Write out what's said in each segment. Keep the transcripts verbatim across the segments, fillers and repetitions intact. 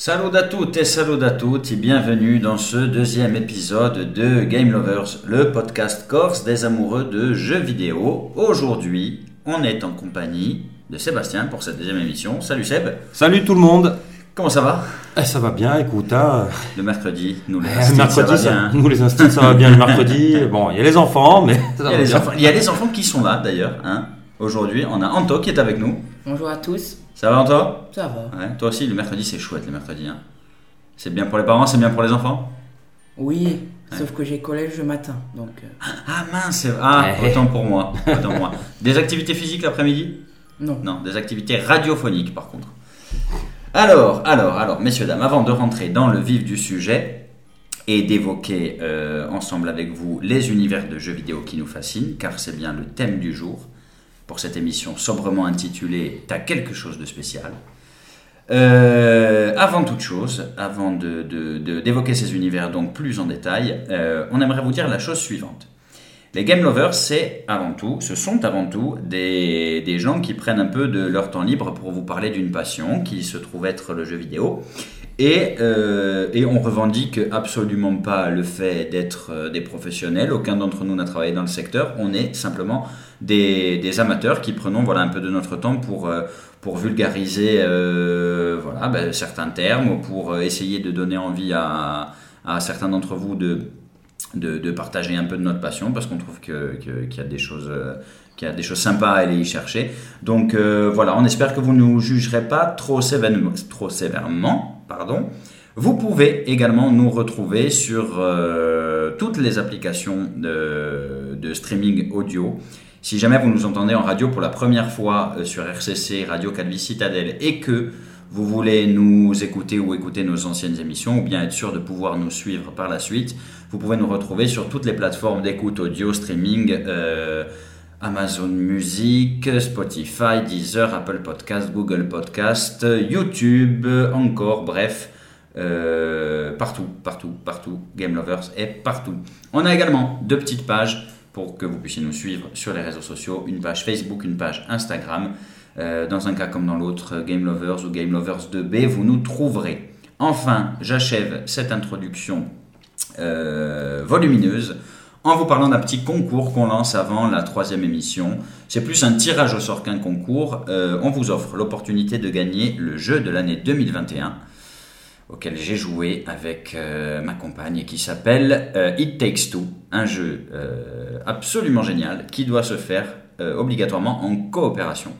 Salut à toutes et salut à toutes et bienvenue dans ce deuxième épisode de Game Lovers, le podcast corse des amoureux de jeux vidéo. Aujourd'hui, on est en compagnie de Sébastien pour cette deuxième émission. Salut Seb. Salut tout le monde. Comment ça va ? Eh, ça va bien, écoute. Hein. Le mercredi, nous les eh, instits, mercredi, ça va ça, bien. Nous les instits, ça va bien le mercredi. Bon, il y a les enfants, mais ça il, y a va les bien. enfants, il y a les enfants qui sont là d'ailleurs. Hein. Aujourd'hui, on a Anto qui est avec nous. Bonjour à tous. Ça va Anto ? Ça va. Ouais, toi aussi, le mercredi, c'est chouette le mercredi. Hein. C'est bien pour les parents, c'est bien pour les enfants ? Oui, Ouais. sauf que j'ai collège le matin, donc... euh, Ah mince, c'est... ah, Eh. autant pour moi. Autant pour moi. Des activités physiques l'après-midi ? non. Non, des activités radiophoniques par contre. Alors, alors, alors, messieurs, dames, avant de rentrer dans le vif du sujet et d'évoquer euh, ensemble avec vous les univers de jeux vidéo qui nous fascinent, car c'est bien le thème du jour pour cette émission sobrement intitulée « T'as quelque chose de spécial ». Euh, avant toute chose, avant de, de, de, d'évoquer ces univers donc plus en détail, euh, on aimerait vous dire la chose suivante. Les Game Lovers, c'est avant tout, ce sont avant tout des, des gens qui prennent un peu de leur temps libre pour vous parler d'une passion qui se trouve être le jeu vidéo. Et, euh, et on revendique absolument pas le fait d'être euh, des professionnels. Aucun d'entre nous n'a travaillé dans le secteur. On est simplement des, des amateurs qui prenons voilà, un peu de notre temps pour, euh, pour vulgariser euh, voilà, ben, certains termes, pour essayer de donner envie à, à certains d'entre vous de... De, de partager un peu de notre passion parce qu'on trouve que, que, qu'il y a des choses, euh, qu'il y a des choses sympas à aller y chercher. Donc euh, voilà, on espère que vous ne nous jugerez pas trop sévèrement. Trop sévèrement pardon. Vous pouvez également nous retrouver sur euh, toutes les applications de, de streaming audio. Si jamais vous nous entendez en radio pour la première fois euh, sur R C C, Radio Calvi Citadelle et que vous voulez nous écouter ou écouter nos anciennes émissions ou bien être sûr de pouvoir nous suivre par la suite, vous pouvez nous retrouver sur toutes les plateformes d'écoute audio, streaming, euh, Amazon Music, Spotify, Deezer, Apple Podcast, Google Podcast, YouTube, encore, bref, euh, partout, partout, partout, Game Lovers est partout. On a également deux petites pages pour que vous puissiez nous suivre sur les réseaux sociaux, une page Facebook, une page Instagram. Euh, dans un cas comme dans l'autre, Game Lovers ou Game Lovers deux B, vous nous trouverez. Enfin, j'achève cette introduction euh, volumineuse en vous parlant d'un petit concours qu'on lance avant la troisième émission. C'est plus un tirage au sort qu'un concours. Euh, on vous offre l'opportunité de gagner le jeu de l'année deux mille vingt et un auquel j'ai joué avec euh, ma compagne qui s'appelle euh, It Takes Two, un jeu euh, absolument génial qui doit se faire euh, obligatoirement en coopération.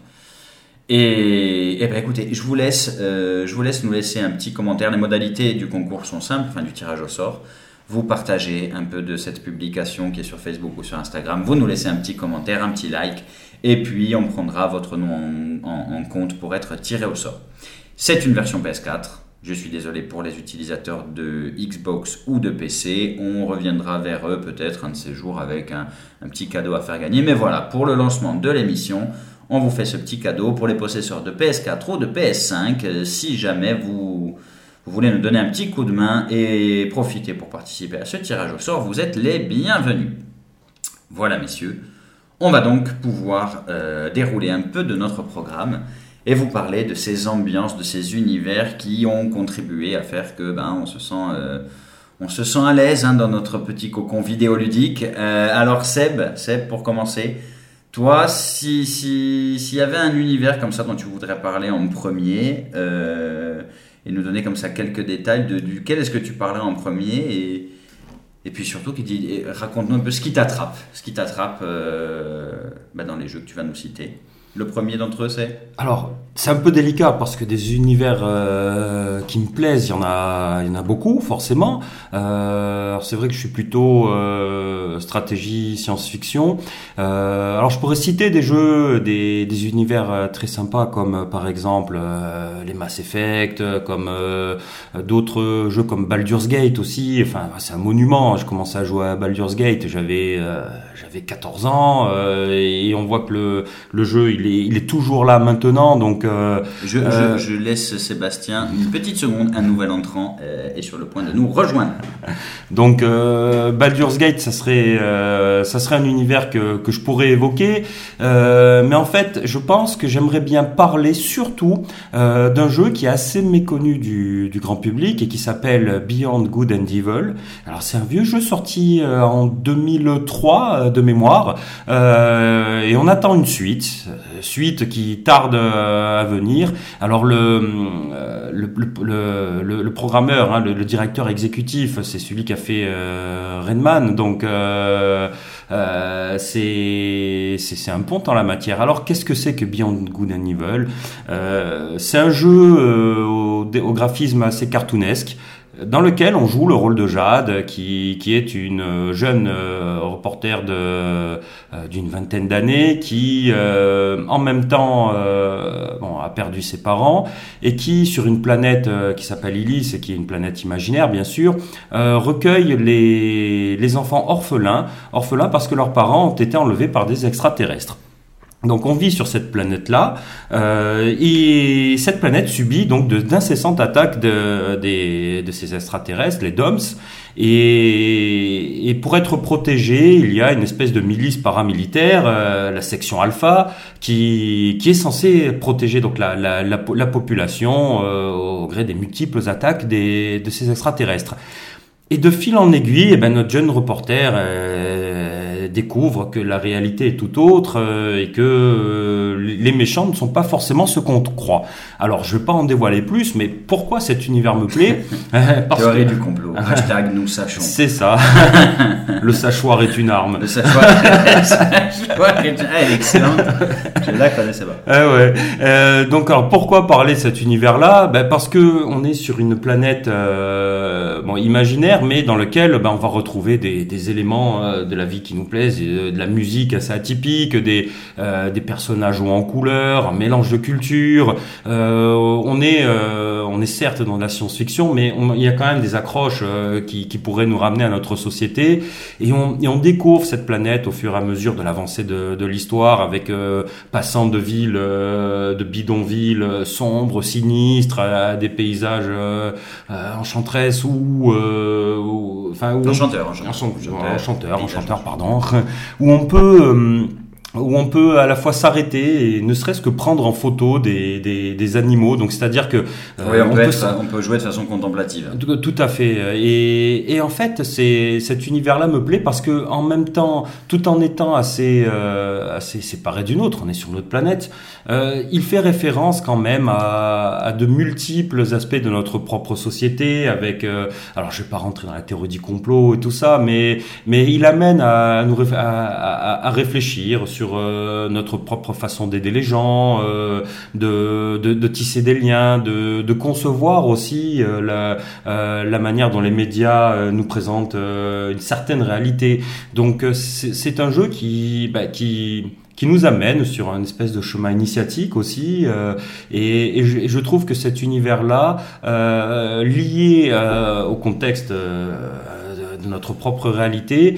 Et, et ben écoutez, je vous laisse, euh, je vous laisse nous laisser un petit commentaire. Les modalités du concours sont simples, enfin du tirage au sort. Vous partagez un peu de cette publication qui est sur Facebook ou sur Instagram. Vous nous laissez un petit commentaire, un petit like, et puis on prendra votre nom en, en, en compte pour être tiré au sort. C'est une version P S quatre. Je suis désolé pour les utilisateurs de Xbox ou de P C. On reviendra vers eux peut-être un de ces jours avec un, un petit cadeau à faire gagner. Mais voilà, pour le lancement de l'émission, on vous fait ce petit cadeau pour les possesseurs de P S quatre ou de P S cinq. Si jamais vous, vous voulez nous donner un petit coup de main et profiter pour participer à ce tirage au sort, vous êtes les bienvenus. Voilà messieurs, on va donc pouvoir euh, dérouler un peu de notre programme et vous parler de ces ambiances, de ces univers qui ont contribué à faire que ben, on se sent, euh, on se sent à l'aise hein, dans notre petit cocon vidéoludique. Euh, alors Seb, Seb pour commencer, toi, si, si, s'il y avait un univers comme ça dont tu voudrais parler en premier euh, et nous donner comme ça quelques détails de duquel est-ce que tu parlerais en premier et, et puis surtout qui dit, et raconte-nous un peu ce qui t'attrape, ce qui t'attrape euh, bah dans les jeux que tu vas nous citer. Le premier d'entre eux, c'est ? Alors, c'est un peu délicat parce que des univers euh, qui me plaisent, il y en a, il y en a beaucoup, forcément. Euh, alors c'est vrai que je suis plutôt euh, stratégie, science-fiction. Euh, alors, je pourrais citer des jeux, des, des univers très sympas comme, euh, par exemple, euh, les Mass Effect, comme euh, d'autres jeux comme Baldur's Gate aussi. Enfin, c'est un monument. Je commençais à jouer à Baldur's Gate, j'avais, euh, j'avais quatorze ans euh, et on voit que le, le jeu, il est, il est toujours là maintenant. Donc Donc, euh, je, euh, je, je laisse Sébastien une petite seconde, un nouvel entrant euh, est sur le point de nous rejoindre. Donc, euh, Baldur's Gate, ça serait, euh, ça serait un univers que, que je pourrais évoquer. Euh, mais en fait, je pense que j'aimerais bien parler surtout euh, d'un jeu qui est assez méconnu du, du grand public et qui s'appelle Beyond Good and Evil. Alors, c'est un vieux jeu sorti euh, en deux mille trois euh, de mémoire, euh, et on attend une suite, suite qui tarde euh, à venir. Alors, le, euh, le, le, le, le programmeur, hein, le, le directeur exécutif, c'est celui qui a fait euh, Rayman, donc euh, euh, c'est, c'est c'est un pont en la matière. Alors qu'est-ce que c'est que Beyond Good and Evil? euh, C'est un jeu euh, au, au graphisme assez cartoonesque, dans lequel on joue le rôle de Jade, qui, qui est une jeune euh, reporter de, euh, d'une vingtaine d'années, qui euh, en même temps euh, bon, a perdu ses parents, et qui, sur une planète euh, qui s'appelle Illis, et qui est une planète imaginaire bien sûr, euh, recueille les, les enfants orphelins, orphelins parce que leurs parents ont été enlevés par des extraterrestres. Donc on vit sur cette planète-là, euh, et cette planète subit donc de, d'incessantes attaques de, de, de ces extraterrestres, les Doms, et, et pour être protégé, il y a une espèce de milice paramilitaire, euh, la section Alpha, qui, qui est censée protéger donc la, la, la, la population euh, au gré des multiples attaques des, de ces extraterrestres. Et de fil en aiguille, eh ben, notre jeune reporter euh, découvre que la réalité est tout autre euh, et que euh, les méchants ne sont pas forcément ce qu'on croit. Alors, je ne vais pas en dévoiler plus, mais pourquoi cet univers me plaît? Parce Théorie que... du complot. Hashtag nous sachons. C'est ça. Le sachoir est une arme. Le sachoir, le sachoir est une... Ah, elle est excellente. Je la connaissais pas. Ah ouais. Euh, donc, alors, pourquoi parler de cet univers-là? Ben, parce que on est sur une planète euh, bon, imaginaire, mais dans lequel ben, on va retrouver des, des éléments euh, de la vie qui nous plaisent, et, de la musique assez atypique, des, euh, des personnages hauts en couleur, un mélange de cultures. Euh, on est, euh, on est certes dans la science-fiction, mais on, il y a quand même des accroches euh, qui, qui pourraient nous ramener à notre société, et on, et on découvre cette planète au fur et à mesure de l'avancée de, de l'histoire, avec euh, passant de villes, euh, de bidonvilles euh, sombres, sinistres, à des paysages euh, euh, enchanteresses ou euh, enfin où enchanteur, on, enchanteur, enchanteur, enchanteur, enchanteur, pardon, où on peut euh, où on peut à la fois s'arrêter et ne serait-ce que prendre en photo des, des, des animaux. Donc c'est-à-dire que euh, oui, on, on, peut être, s- on peut jouer de façon contemplative. Tout, tout à fait. Et, et en fait, c'est, cet univers-là me plaît parce que en même temps, tout en étant assez, euh, assez séparé d'une autre, on est sur notre planète, euh, il fait référence quand même à, à de multiples aspects de notre propre société. Avec, euh, alors je vais pas rentrer dans la théorie du complot et tout ça, mais mais il amène à nous à, à, à réfléchir sur sur euh, notre propre façon d'aider les gens, euh, de, de, de tisser des liens, de, de concevoir aussi euh, la, euh, la manière dont les médias euh, nous présentent euh, une certaine réalité. Donc euh, c'est, c'est un jeu qui, bah, qui qui nous amène sur un espèce de chemin initiatique aussi, euh, et, et, je, et je trouve que cet univers-là, euh, lié euh, au contexte euh, de notre propre réalité,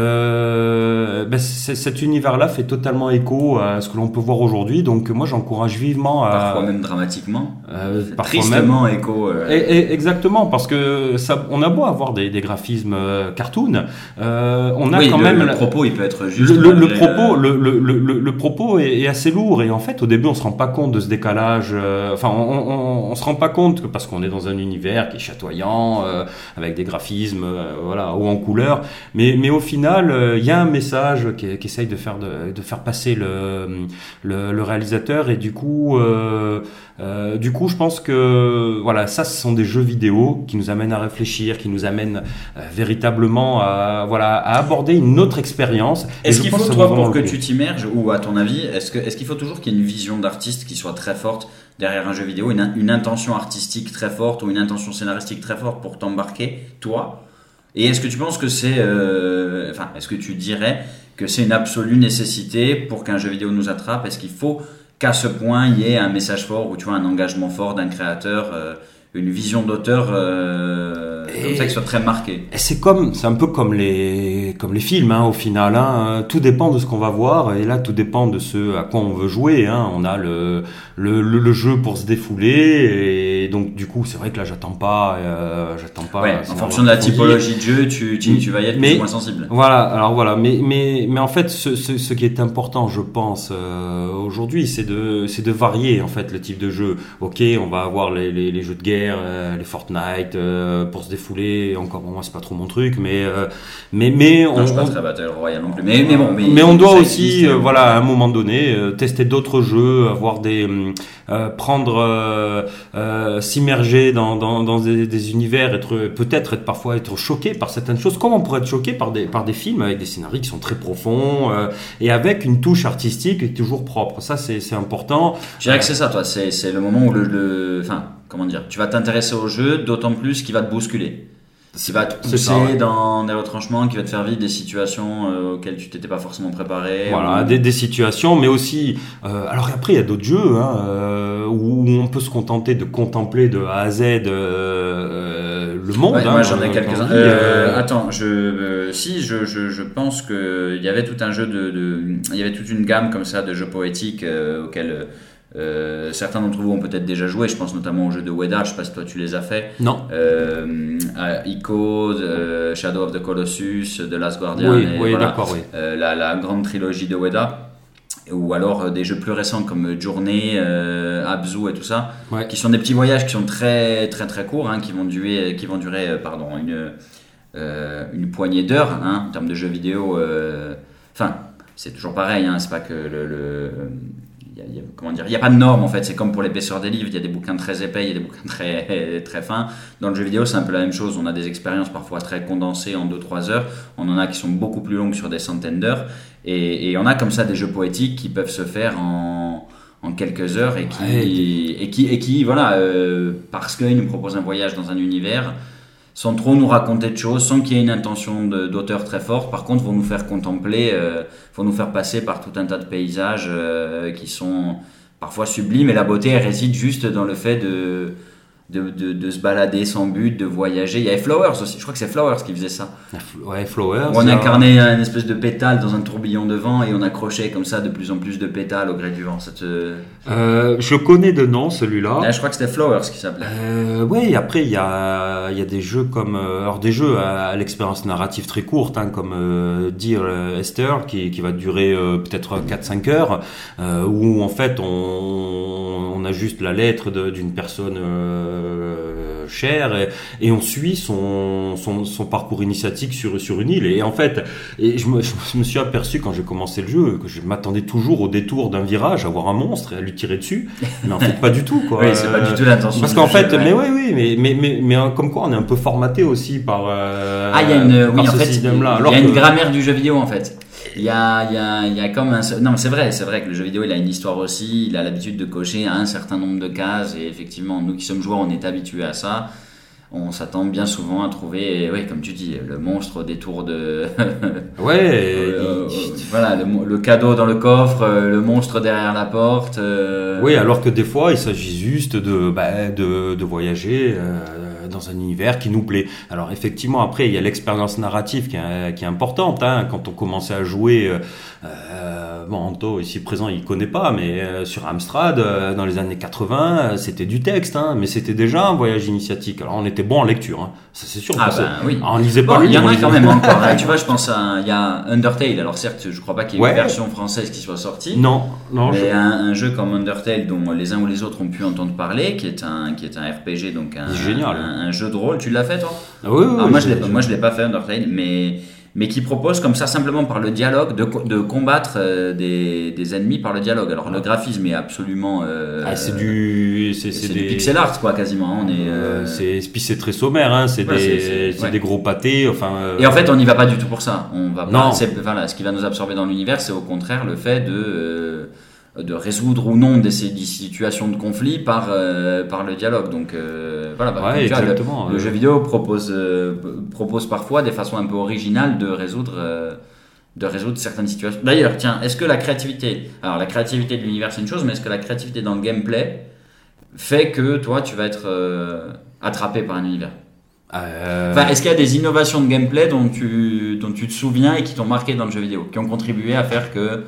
euh, ben cet univers-là fait totalement écho à ce que l'on peut voir aujourd'hui. Donc moi, j'encourage vivement à... Parfois même dramatiquement. Euh, parfois tristement même... écho. Euh... Et, et, exactement, parce que ça, on a beau avoir des, des graphismes euh, cartoon, euh, on a oui, quand le, même... le propos, il peut être juste... Le, le, le propos, le, le, le, le propos est, est assez lourd, et en fait, au début, on se rend pas compte de ce décalage. Euh, enfin, on, on, on se rend pas compte que parce qu'on est dans un univers qui est chatoyant, euh, avec des graphismes, euh, voilà, haut en couleur, mais, mais au final, il euh, y a un message qui, qui essaye de faire, de, de faire passer le, le, le réalisateur, et du coup, euh, euh, du coup, je pense que voilà, ça, ce sont des jeux vidéo qui nous amènent à réfléchir, qui nous amènent euh, véritablement à, voilà, à aborder une autre expérience. Est-ce qu'il faut, toi, pour que tu t'immerges, ou à ton avis, est-ce que, est-ce qu'il faut toujours qu'il y ait une vision d'artiste qui soit très forte derrière un jeu vidéo, une, une intention artistique très forte ou une intention scénaristique très forte pour t'embarquer, toi? Et est-ce que tu penses que c'est, euh, enfin, est-ce que tu dirais que c'est une absolue nécessité pour qu'un jeu vidéo nous attrape? Est-ce qu'il faut qu'à ce point il y ait un message fort ou tu vois un engagement fort d'un créateur, euh, une vision d'auteur euh, C'est comme ça qu'ils soient très marqués. Et c'est comme, c'est un peu comme les, comme les films, hein, au final, hein. Tout dépend de ce qu'on va voir, et là, tout dépend de ce à quoi on veut jouer, hein. On a le, le, le, le jeu pour se défouler, et donc, du coup, c'est vrai que là, j'attends pas, euh, j'attends pas. Ouais, en fonction de la typologie de jeu, tu, tu, tu vas y être mais, plus ou moins sensible. Voilà, alors voilà, mais, mais, mais en fait, ce, ce, ce qui est important, je pense, euh, aujourd'hui, c'est de, c'est de varier, en fait, le type de jeu. Ok, on va avoir les, les, les jeux de guerre, euh, les Fortnite, euh, pour se défouler. Encore, bon, moi, c'est pas trop mon truc, mais, euh, mais, mais non, on. Je suis pas très Battle Royale non plus, mais, mais bon, mais. Mais on doit aussi, existe, euh, voilà, à un moment donné, euh, tester d'autres jeux, avoir des, euh, prendre, euh, euh, s'immerger dans, dans, dans des, des univers, être, peut-être être parfois être choqué par certaines choses, comme on pourrait être choqué par des, par des films avec des scénarios qui sont très profonds, euh, et avec une touche artistique qui est toujours propre. Ça, c'est, c'est important. Je dirais que c'est ça, toi, c'est, c'est le moment où le, le, enfin, comment dire, tu vas t'intéresser au jeu, d'autant plus qu'il va te bousculer. Qui va te pousser ça, ouais. dans des retranchements, qui va te faire vivre des situations euh, auxquelles tu t'étais pas forcément préparé. Voilà, ou... des, des situations, mais aussi. Euh, alors après, il y a d'autres jeux hein, euh, où on peut se contenter de contempler de A à Z euh, le monde. Ouais, hein, moi, j'en ai quelques-uns. dit, Euh, euh... Attends, je, euh, si, je, je, je pense que il y avait tout un jeu de, de, il y avait toute une gamme comme ça de jeux poétiques euh, auxquels. Euh, certains d'entre vous ont peut-être déjà joué, je pense notamment aux jeux de Ueda, je sais pas si toi tu les as fait. Non. Euh, Ico, euh, Shadow of the Colossus, The Last Guardian, oui, et oui, voilà, d'accord, oui. euh, la, la grande trilogie de Ueda, ou alors euh, des jeux plus récents comme Journey, euh, Abzu et tout ça, ouais. qui sont des petits voyages qui sont très très très courts, hein, qui vont durer, qui vont durer, euh, pardon, une euh, une poignée d'heures, hein, en termes de jeux vidéo. Enfin, euh, c'est toujours pareil, hein, c'est pas que le, le Il y a, il y a, comment dire, il n'y a pas de norme en fait, c'est comme pour l'épaisseur des livres, il y a des bouquins très épais, il y a des bouquins très, très fins. Dans le jeu vidéo, c'est un peu la même chose, on a des expériences parfois très condensées en deux trois heures, on en a qui sont beaucoup plus longues sur des centaines d'heures, et, et on a comme ça des jeux poétiques qui peuvent se faire en, en quelques heures et qui, ouais. et qui, et qui voilà, euh, parce qu'ils nous proposent un voyage dans un univers, sans trop nous raconter de choses, sans qu'il y ait une intention de, d'auteur très forte. Par contre, vont nous faire contempler, euh, vont nous faire passer par tout un tas de paysages euh, qui sont parfois sublimes. Et la beauté, elle réside juste dans le fait de, de, de, de se balader sans but, de voyager. Il y avait Flowers aussi, je crois que c'est Flowers qui faisait ça. Ouais, Flowers. On incarnait une espèce de pétale dans un tourbillon de vent et on accrochait comme ça de plus en plus de pétales au gré du vent. Ça te... euh, je connais de nom celui-là. Là, je crois que c'était Flowers qui s'appelait. Euh, ouais, après il y a il y a des jeux comme euh, alors des jeux à, à l'expérience narrative très courte, hein, comme euh, Dear Esther qui qui va durer euh, peut-être quatre cinq heures, euh, où en fait on on a juste la lettre de, d'une personne euh, chère et, et on suit son son son parcours initiatique sur sur une île et en fait et je me je me suis aperçu quand j'ai commencé le jeu que je m'attendais toujours au détour d'un virage à voir un monstre et à lui tirer dessus, mais en fait pas du tout quoi. Oui, c'est pas du tout l'intention. Parce qu'en fait, jeu, ouais. mais oui, oui, mais mais mais mais comme quoi on est un peu formaté aussi par euh, ah il y a une oui par en ce fait système-là. il y a une que... grammaire du jeu vidéo en fait. Il y a il y a il y a comme un non mais c'est vrai c'est vrai que le jeu vidéo il a une histoire aussi, il a l'habitude de cocher un certain nombre de cases et effectivement nous qui sommes joueurs on est habitués à ça. On s'attend bien souvent à trouver, oui, comme tu dis, le monstre au détour de. ouais. euh, il... Voilà, le, le cadeau dans le coffre, le monstre derrière la porte. Euh... Oui, alors que des fois, il s'agit juste de bah, de, de voyager euh, dans un univers qui nous plaît. Alors effectivement, après, il y a l'expérience narrative qui est, qui est importante. Hein, quand on commençait à jouer, euh, bon, Anto ici présent, il connaît pas, mais euh, sur Amstrad, euh, dans les années quatre-vingts, euh, c'était du texte, hein, mais c'était déjà un voyage initiatique. Alors on était bon en lecture, hein. Ça c'est sûr. Ah ben oui. On lisait pas. Bon, il y en a lisait... quand même encore. Hein. Tu vois, je pense à il y a Undertale. Alors certes, je crois pas qu'il y ait ouais. une version française qui soit sortie. Non, non. Mais je... un, un jeu comme Undertale, dont les uns ou les autres ont pu entendre parler, qui est un qui est un R P G, donc un, génial. Un, un jeu de rôle. Tu l'as fait toi? Ah, oui, oui. Alors, oui moi je l'ai moi je l'ai pas fait Undertale, mais mais qui propose comme ça simplement par le dialogue de, de combattre euh, des, des ennemis par le dialogue. Alors le graphisme est absolument euh, ah, c'est du c'est, c'est, c'est des... du pixel art quoi quasiment. On est euh... c'est puis c'est très sommaire hein, c'est ouais, des c'est, c'est, c'est ouais. des gros pâtés enfin euh... Et en fait on n'y va pas du tout pour ça. On va pas, non. C'est, voilà, ce qui va nous absorber dans l'univers, c'est au contraire le fait de euh, de résoudre ou non des, des situations de conflit par euh, par le dialogue. Donc euh, voilà, bah, ouais, tu vois, le, euh... le jeu vidéo propose euh, propose parfois des façons un peu originales de résoudre euh, de résoudre certaines situations. D'ailleurs, tiens, est-ce que la créativité, alors la créativité de l'univers c'est une chose, mais est-ce que la créativité dans le gameplay fait que toi tu vas être euh, attrapé par un univers? Euh... Enfin, est-ce qu'il y a des innovations de gameplay dont tu, dont tu te souviens et qui t'ont marqué dans le jeu vidéo, qui ont contribué à faire que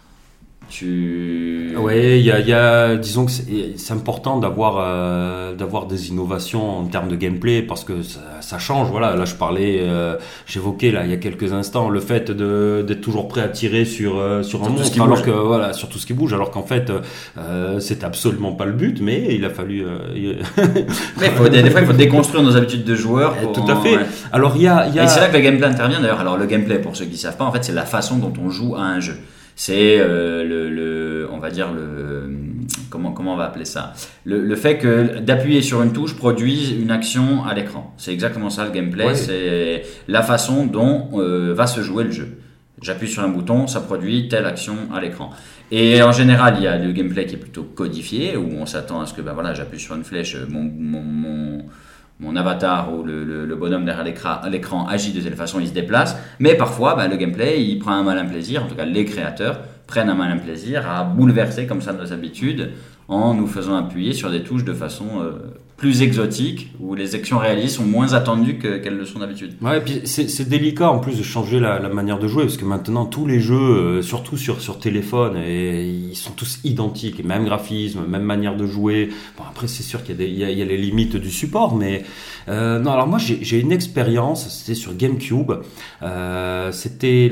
tu... Oui, il y a, y a, disons que c'est, c'est important d'avoir, euh, d'avoir des innovations en termes de gameplay parce que ça, ça change. Voilà, là je parlais, euh, j'évoquais là il y a quelques instants le fait de d'être toujours prêt à tirer sur euh, sur un Sur tout ce monstre, qui alors bouge. que voilà, sur tout ce qui bouge, alors qu'en fait euh, c'est absolument pas le but, mais il a fallu. Euh, il- Mais il faut, des, des fois, il faut déconstruire nos habitudes de joueurs. Pour, Tout à fait. ouais. Alors il y a, il y a... Et c'est là que le gameplay intervient d'ailleurs. Alors le gameplay, pour ceux qui ne savent pas, en fait, c'est la façon dont on joue à un jeu. C'est euh, le, le, on va dire le, comment comment on va appeler ça, le, le fait que d'appuyer sur une touche produise une action à l'écran. C'est exactement ça le gameplay. Ouais. C'est la façon dont euh, va se jouer le jeu. J'appuie sur un bouton, ça produit telle action à l'écran. Et en général, il y a le gameplay qui est plutôt codifié, où on s'attend à ce que, ben voilà, j'appuie sur une flèche, mon, mon, mon, mon avatar ou le, le, le bonhomme derrière l'écran, l'écran agit de telle façon, il se déplace. Mais parfois, ben, le gameplay, il prend un malin plaisir, en tout cas les créateurs prennent un malin plaisir à bouleverser comme ça nos habitudes en nous faisant appuyer sur des touches de façon euh, plus exotique, où les actions réalisées sont moins attendues que, qu'elles le sont d'habitude. Ouais, et puis c'est, c'est délicat en plus de changer la, la manière de jouer parce que maintenant tous les jeux, euh, surtout sur sur téléphone, et ils sont tous identiques, et même graphisme, même manière de jouer. Bon après c'est sûr qu'il y a des il y a, il y a les limites du support, mais euh, non alors moi j'ai j'ai une expérience, c'était sur GameCube, euh, c'était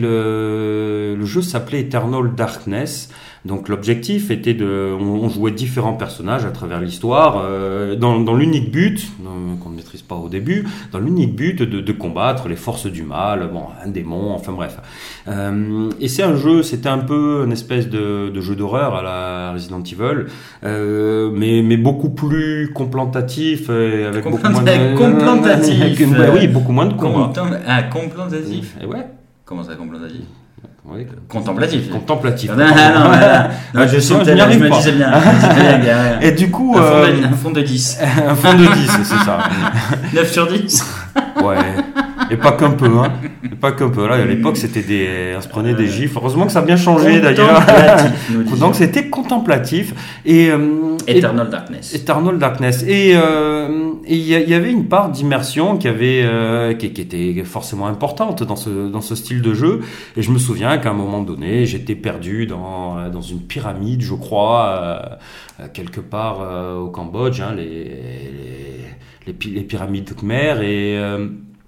le le jeu s'appelait Eternal Darkness. Donc l'objectif était de, on, on jouait différents personnages à travers l'histoire, euh, dans, dans l'unique but, euh, qu'on ne maîtrise pas au début, dans l'unique but de, de combattre les forces du mal, bon, un démon, enfin bref. Euh, et c'est un jeu, c'était un peu une espèce de, de jeu d'horreur à la Resident Evil, euh, mais, mais beaucoup plus contemplatif, et avec Complant- beaucoup moins de... Complantatif. Avec une- ouais, oui, beaucoup moins de combats. Content- ah, complantatif. Et ouais, Comment ça, complantatif? ouais, Contemplatif. contemplatif. Non, non, non, non, non, je je sentais n'y là, je arrive me pas. disais bien. Je me disais bien, gars. Et du coup, Un fond euh, de- un fond de dix. un fond de dix, c'est ça. neuf sur dix. Ouais. Et pas qu'un peu, hein. Et pas qu'un peu. Là, à l'époque, c'était des, on se prenait des gifs. Heureusement que ça a bien changé, d'ailleurs. Contemplatif, nous disions. Donc, c'était contemplatif. Et, euh, Eternal Darkness. Eternal Darkness. Et euh, et il y, a- il y avait une part d'immersion qui avait, euh, qui, qui était forcément importante dans ce, dans ce style de jeu. Et je me souviens qu'à un moment donné, j'étais perdu dans, dans une pyramide, je crois, euh, quelque part euh, au Cambodge, hein, les, les, les, pi- les pyramides Khmer. Et, euh,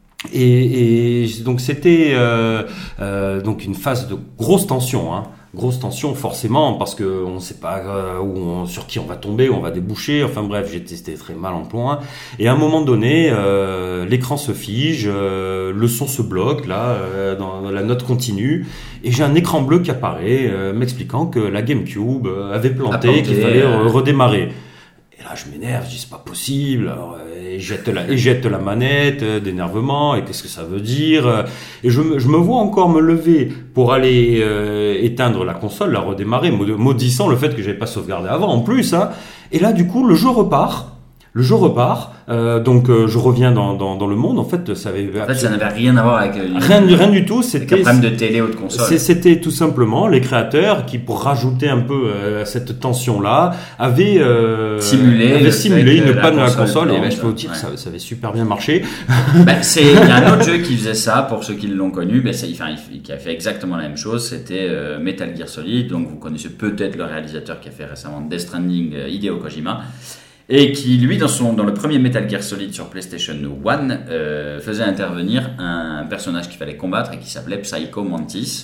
et, et donc c'était euh, euh, donc une phase de grosse tension, hein. Grosse tension forcément parce que on ne sait pas euh, où on, sur qui on va tomber, où on va déboucher. Enfin bref, j'étais j'étais très mal en point. Et à un moment donné, euh, l'écran se fige, euh, le son se bloque là, euh, dans, dans la note continue, et j'ai un écran bleu qui apparaît euh, m'expliquant que la GameCube euh, avait planté, A planté, qu'il fallait euh. euh, redémarrer. Et là, je m'énerve, je dis c'est pas possible. Alors, euh, et jette la, et jette la manette euh, d'énervement. Et qu'est-ce que ça veut dire euh, Et je, me- je me vois encore me lever pour aller euh, éteindre la console, la redémarrer, maud- maudissant le fait que j'avais pas sauvegardé avant en plus. Hein. Et là, du coup, le jeu repart. Le jeu repart. Euh, donc, euh, je reviens dans, dans, dans le monde. En fait, ça avait En fait, ça n'avait rien à voir avec euh, rien, rien du tout. avec un C'était problème de télé ou de console. c'est- C'était tout simplement les créateurs qui, pour rajouter un peu euh, cette tension-là, avaient, euh, Simulé avaient le simulé fait que une la panne de la console console. Et ben, plante, je peux vous dire ouais. que ça, ça avait super bien marché. Ben, c'est, il y a un autre jeu qui faisait ça, pour ceux qui l'ont connu, ben, c'est, enfin, il, qui a fait exactement la même chose, c'était euh, Metal Gear Solid, donc vous connaissez peut-être le réalisateur qui a fait récemment Death Stranding, euh, Hideo Kojima, et qui, lui, dans, son, dans le premier Metal Gear Solid sur PlayStation un, euh, faisait intervenir un personnage qu'il fallait combattre et qui s'appelait Psycho Mantis.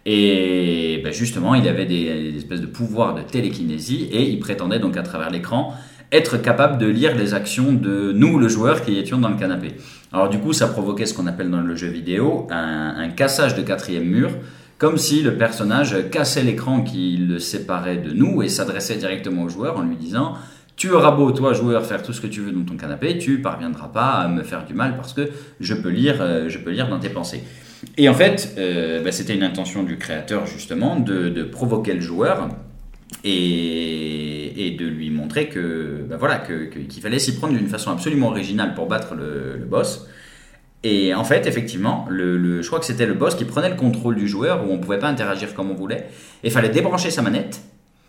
Et ben, justement, il avait des, des espèces de pouvoirs de télékinésie, et il prétendait donc à travers l'écran être capable de lire les actions de nous, le joueur, qui étions dans le canapé. Alors du coup, ça provoquait ce qu'on appelle dans le jeu vidéo un, un cassage de quatrième mur, comme si le personnage cassait l'écran qui le séparait de nous et s'adressait directement au joueur en lui disant « Tu auras beau, toi, joueur, faire tout ce que tu veux dans ton canapé, tu parviendras pas à me faire du mal parce que je peux lire, euh, je peux lire dans tes pensées. » Et en fait, euh, bah, c'était une intention du créateur, justement, de, de provoquer le joueur et, et de lui montrer que, bah, voilà, que, que- qu'il fallait s'y prendre d'une façon absolument originale pour battre le, le boss. Et en fait, effectivement, le, le- je crois que c'était le boss qui prenait le contrôle du joueur, où on ne pouvait pas interagir comme on voulait. Et il fallait débrancher sa manette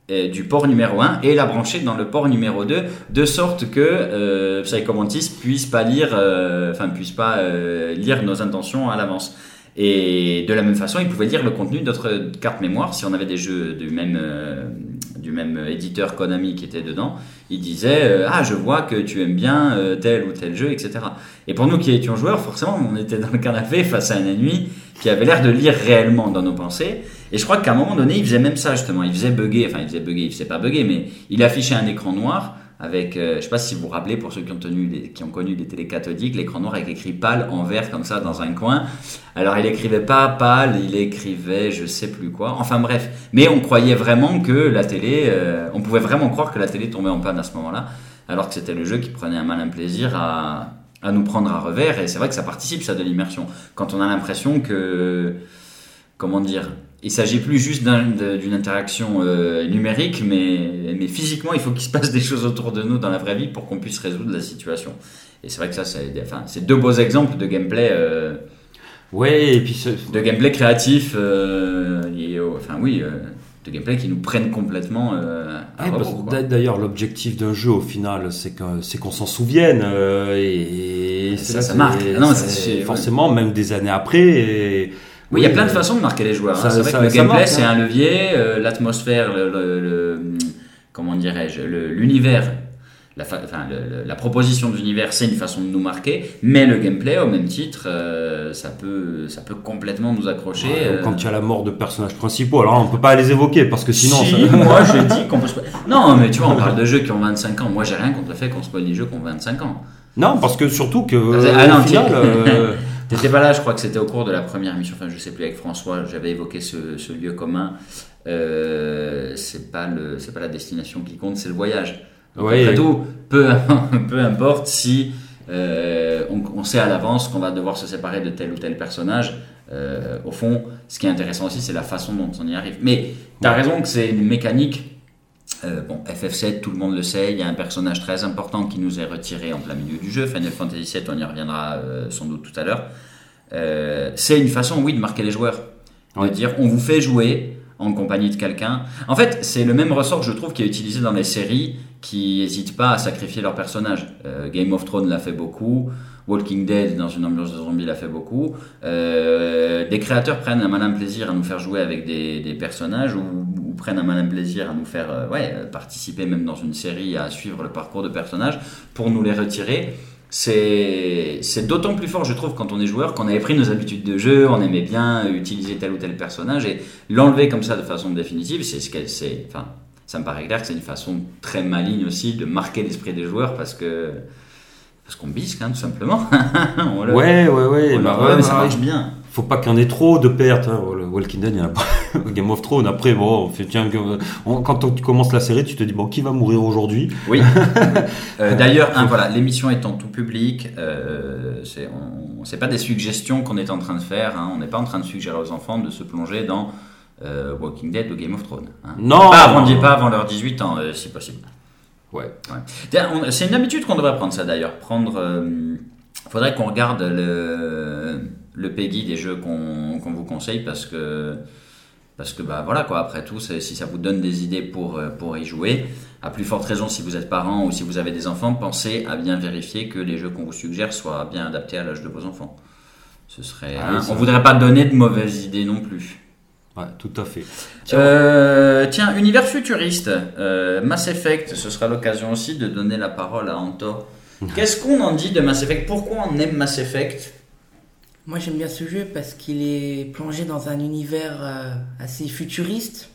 euh, du port numéro un et la brancher dans le port numéro deux, de sorte que euh, Psychomantis puisse pas lire, euh, enfin puisse pas euh, lire nos intentions à l'avance. Et de la même façon, il pouvait lire le contenu de notre carte mémoire. Si on avait des jeux du même, euh, du même éditeur Konami qui était dedans, il disait euh, « Ah, je vois que tu aimes bien euh, tel ou tel jeu, et cetera » Et pour nous qui étions joueurs, forcément, on était dans le canapé face à un ennemi qui avait l'air de lire réellement dans nos pensées. Et je crois qu'à un moment donné, il faisait même ça, justement. Il faisait bugger, enfin, il faisait bugger, il faisait pas bugger, mais il affichait un écran noir avec, euh, je sais pas si vous vous rappelez, pour ceux qui ont, tenu les, qui ont connu les télés cathodiques, l'écran noir avec écrit pâle en vert comme ça dans un coin. Alors il écrivait pas pâle, il écrivait je sais plus quoi. Enfin bref, mais on croyait vraiment que la télé, euh, on pouvait vraiment croire que la télé tombait en panne à ce moment-là, alors que c'était le jeu qui prenait un malin plaisir à, à nous prendre à revers. Et c'est vrai que ça participe ça de l'immersion. Quand on a l'impression que, comment dire, il s'agit plus juste d'un, d'une interaction euh, numérique, mais, mais physiquement, il faut qu'il se passe des choses autour de nous dans la vraie vie pour qu'on puisse résoudre la situation. Et c'est vrai que ça, c'est, enfin, c'est deux beaux exemples de gameplay, euh, ouais, et puis c'est... de gameplay créatif, euh, et, euh, enfin oui, euh, de gameplay qui nous prennent complètement euh, à Ouais, rebours, parce- quoi. d'ailleurs, l'objectif d'un jeu, au final, c'est, que, c'est qu'on s'en souvienne. euh, et, et Ça, là, ça c'est- marque. Ah non, c'est- c'est- c'est- forcément, même des années après. Et, Oui, il y a oui, plein de euh, façons de marquer les joueurs. hein. ça- C'est vrai ça- que le ça gameplay, marque, c'est hein. un levier, euh, l'atmosphère, le, le- le- comment dirais-je, le- l'univers, la, fa- enfin, le- le- la proposition d'univers, c'est une façon de nous marquer, mais le gameplay, au même titre, euh, ça peut, ça peut complètement nous accrocher. ouais, euh. Quand il y a la mort de personnages principaux, alors là, on peut pas les évoquer parce que sinon. Si, ça- moi je dis qu'on peut spoiler. Non, mais tu vois, on parle de jeux qui ont vingt-cinq ans. Moi, j'ai rien contre le fait qu'on spoil les jeux qui ont vingt-cinq ans. Non, parce que surtout que. Ah non, au final, t'es- euh, T'étais pas là, je crois que c'était au cours de la première émission, enfin je sais plus, avec François, j'avais évoqué ce, ce lieu commun. Euh, c'est pas le, c'est pas la destination qui compte, c'est le voyage. Donc, Oui. après tout, peu, peu importe si euh, on, on sait à l'avance qu'on va devoir se séparer de tel ou tel personnage. Euh, au fond, ce qui est intéressant aussi, c'est la façon dont on y arrive. Mais t'as raison que c'est une mécanique. Euh, bon, F F sept, tout le monde le sait, il y a un personnage très important qui nous est retiré en plein milieu du jeu. Final Fantasy sept, on y reviendra euh, sans doute tout à l'heure. Euh, c'est une façon, oui, de marquer les joueurs. De Ouais. dire, on vous fait jouer en compagnie de quelqu'un. En fait, c'est le même ressort, je trouve, qui est utilisé dans les séries qui n'hésitent pas à sacrifier leurs personnages. Euh, Game of Thrones l'a fait beaucoup. Walking Dead, dans une ambiance de zombie, l'a fait beaucoup. Euh, des créateurs prennent un malin plaisir à nous faire jouer avec des, des personnages ou, ou prennent un malin plaisir à nous faire euh, ouais, participer même dans une série à suivre le parcours de personnages pour nous les retirer. C'est, c'est d'autant plus fort, je trouve, quand on est joueur, qu'on avait pris nos habitudes de jeu, on aimait bien utiliser tel ou tel personnage et l'enlever comme ça de façon définitive, c'est ce qu'elle, c'est, enfin, ça me paraît clair que c'est une façon très maligne aussi de marquer l'esprit des joueurs parce que parce qu'on bisque, hein, tout simplement. On le- Ouais, ouais, ouais. on bah, le- ouais, ouais, mais ça bah, marche bien. Faut pas qu'il y en ait trop de pertes. Hein. Le Walking Dead, il y en a pas. Game of Thrones, après, bon, on fait, tiens, que- on- quand tu commences la série, tu te dis, bon, qui va mourir aujourd'hui? Oui. Euh, d'ailleurs, hein, voilà, l'émission étant tout public, euh, c'est, on, c'est pas des suggestions qu'on est en train de faire. Hein, on n'est pas en train de suggérer aux enfants de se plonger dans euh, Walking Dead ou Game of Thrones. Hein. Non! Pas avant, pas avant leurs dix-huit ans, euh, si possible. Ouais. Ouais. Tiens, on- c'est une habitude qu'on devrait prendre ça d'ailleurs. Prendre, euh, faudrait qu'on regarde le, le Peggy des jeux qu'on, qu'on vous conseille parce que parce que bah voilà quoi. Après tout, c'est, si ça vous donne des idées pour euh, pour y jouer, à plus forte raison si vous êtes parent ou si vous avez des enfants, pensez à bien vérifier que les jeux qu'on vous suggère soient bien adaptés à l'âge de vos enfants. Ce serait, Ah hein, oui, ça on va. voudrait pas donner de mauvaises idées non plus. Ouais, tout à fait. Euh, tiens, univers futuriste, euh, Mass Effect, ce sera l'occasion aussi de donner la parole à Anto. Qu'est-ce qu'on en dit de Mass Effect? Pourquoi on aime Mass Effect? Moi j'aime bien ce jeu parce qu'il est plongé dans un univers euh, assez futuriste.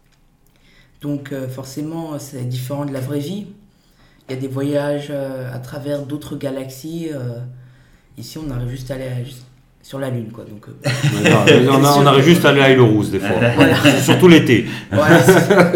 Donc euh, forcément c'est différent de la vraie vie. Il y a des voyages euh, à travers d'autres galaxies. euh. Ici on arrive juste à aller à- juste sur la Lune, quoi. Donc, euh, Mais non, on, a- on arrive juste à aller à Île Rousse, des fois. Voilà. Surtout l'été. voilà, c'est ça.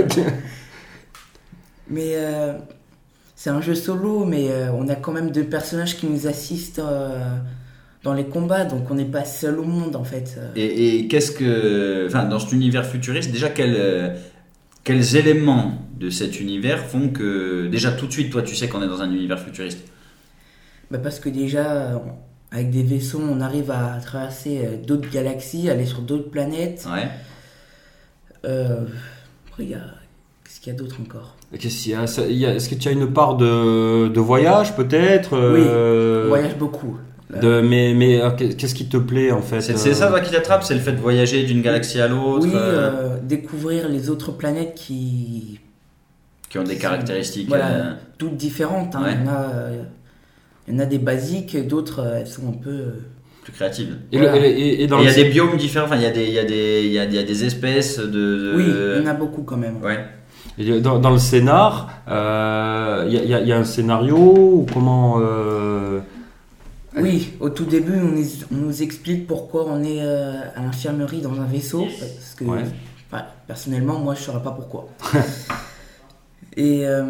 Mais euh, c'est un jeu solo, mais euh, on a quand même deux personnages qui nous assistent euh, dans les combats, donc on n'est pas seul au monde en fait. Et, et qu'est-ce que, enfin, dans cet univers futuriste, déjà quels, euh, quels éléments de cet univers font que, déjà tout de suite, toi, tu sais qu'on est dans un univers futuriste? Bah parce que déjà, euh, avec des vaisseaux, on arrive à traverser euh, d'autres galaxies, aller sur d'autres planètes. Ouais. Euh, après, il y a... Qu'est-ce qu'il y a d'autre encore? Qu'est-ce qu'il y a, ça- il y a- Est-ce que tu as une part de, de voyage peut-être Oui, euh, on voyage beaucoup. de, mais mais euh, qu'est-ce qui te plaît en fait C'est c'est euh, ça toi, qui t'attrape, c'est le fait de voyager d'une galaxie à l'autre, Oui, euh, euh, découvrir les autres planètes qui qui ont des caractéristiques. Voilà. euh, toutes différentes. Hein. Ouais. Il y en a, euh, il y en a des basiques, et d'autres euh, elles sont un peu. euh, plus créatives. Et, le- Voilà. et- et- et dans Et il y a le- des biomes différents, enfin, il y a des, il y a des, il y a, il y a des espèces de. de- Oui, il y en a beaucoup quand même. Ouais. et dans, dans le scénar, euh, il y, a- il y a- il y a un scénario ou comment euh, Oui, au tout début, on, nous- on nous explique pourquoi on est euh, à l'infirmerie dans un vaisseau. Parce que, Ouais. enfin, personnellement, moi, je ne saurais pas pourquoi. Et euh,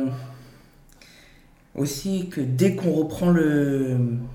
aussi que dès qu'on reprend le.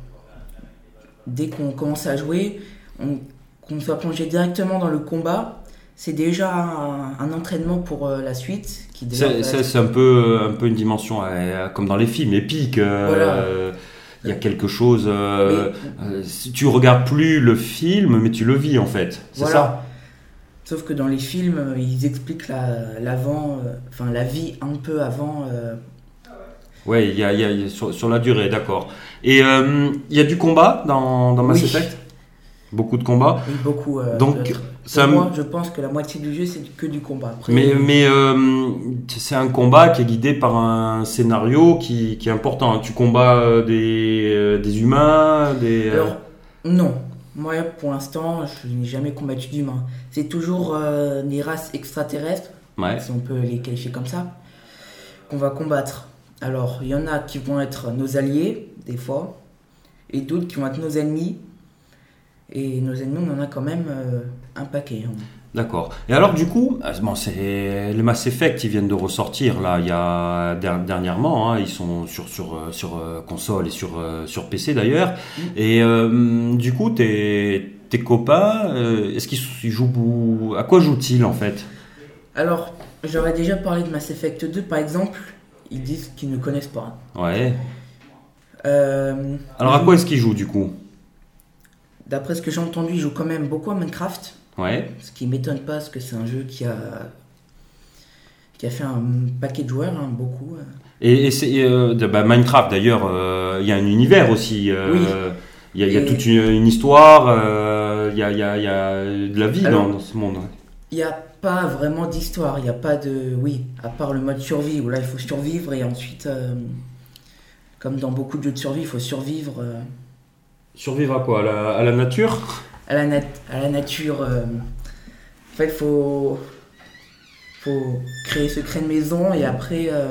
Dès qu'on commence à jouer, on- qu'on soit plongé directement dans le combat, c'est déjà un, un entraînement pour euh, la suite. Qui déjà c'est, va c'est- être- c'est un peu un peu une dimension euh, comme dans les films épiques. euh, Voilà. Il y a quelque chose. euh, Mais- euh, si tu regardes plus le film, mais tu le vis en fait. C'est Voilà. ça. Sauf que dans les films, euh, ils expliquent la, l'avant, euh, enfin la vie un peu avant. euh, Ouais, il y a, il y a- il y a sur, sur la durée, d'accord. Et euh, il y a du combat dans, dans Mass Oui. Effect. Beaucoup de combats. oui, beaucoup. euh, Donc, peut-être. c'est Pour un- moi, je pense que la moitié du jeu, c'est que du combat. Après, Mais, mais euh, c'est un combat qui est guidé par un scénario qui, qui est important. Tu combats euh, des, euh, des humains, des. euh, Alors, non. Moi, pour l'instant, je n'ai jamais combattu d'humains. C'est toujours euh, des races extraterrestres, Ouais. si on peut les qualifier comme ça, qu'on va combattre. Alors, il y en a qui vont être nos alliés, des fois, et d'autres qui vont être nos ennemis. Et nos ennemis, on en a quand même euh, un paquet. hein. D'accord. Et alors du coup, ah, bon, c'est les Mass Effect qui viennent de ressortir là, il y a der- dernièrement, hein, ils sont sur sur euh, sur euh, console et sur euh, sur P C d'ailleurs. Mm. Et euh, du coup, tes tes copains, euh, est-ce qu'ils ils jouent à quoi jouent-ils en fait? Alors, j'aurais déjà parlé de Mass Effect deux, par exemple. Ils disent qu'ils ne connaissent pas. Ouais. Euh, Alors à quoi est-ce qu'ils jouent du coup? D'après ce que j'ai entendu, ils jouent quand même beaucoup à Minecraft. Ouais. Ce qui m'étonne pas, parce que c'est un jeu qui a, qui a fait un paquet de joueurs, hein, beaucoup. Et, et c'est euh, de- bah, Minecraft d'ailleurs, euh, il y a un univers aussi. euh, Oui. Il y a, il y a Et- toute une, une histoire, euh, il y, a, il y, a, il y a de la vie Alors- dans, dans ce monde. Il n'y a pas vraiment d'histoire, il n'y a pas de... Oui, à part le mode survie, où là, il faut survivre, et ensuite, euh, comme dans beaucoup de jeux de survie, il faut survivre euh, Survivre à quoi? À la, à la nature? à, la nat- à la nature. euh. En fait, il faut... faut créer secret de maison, et après... euh,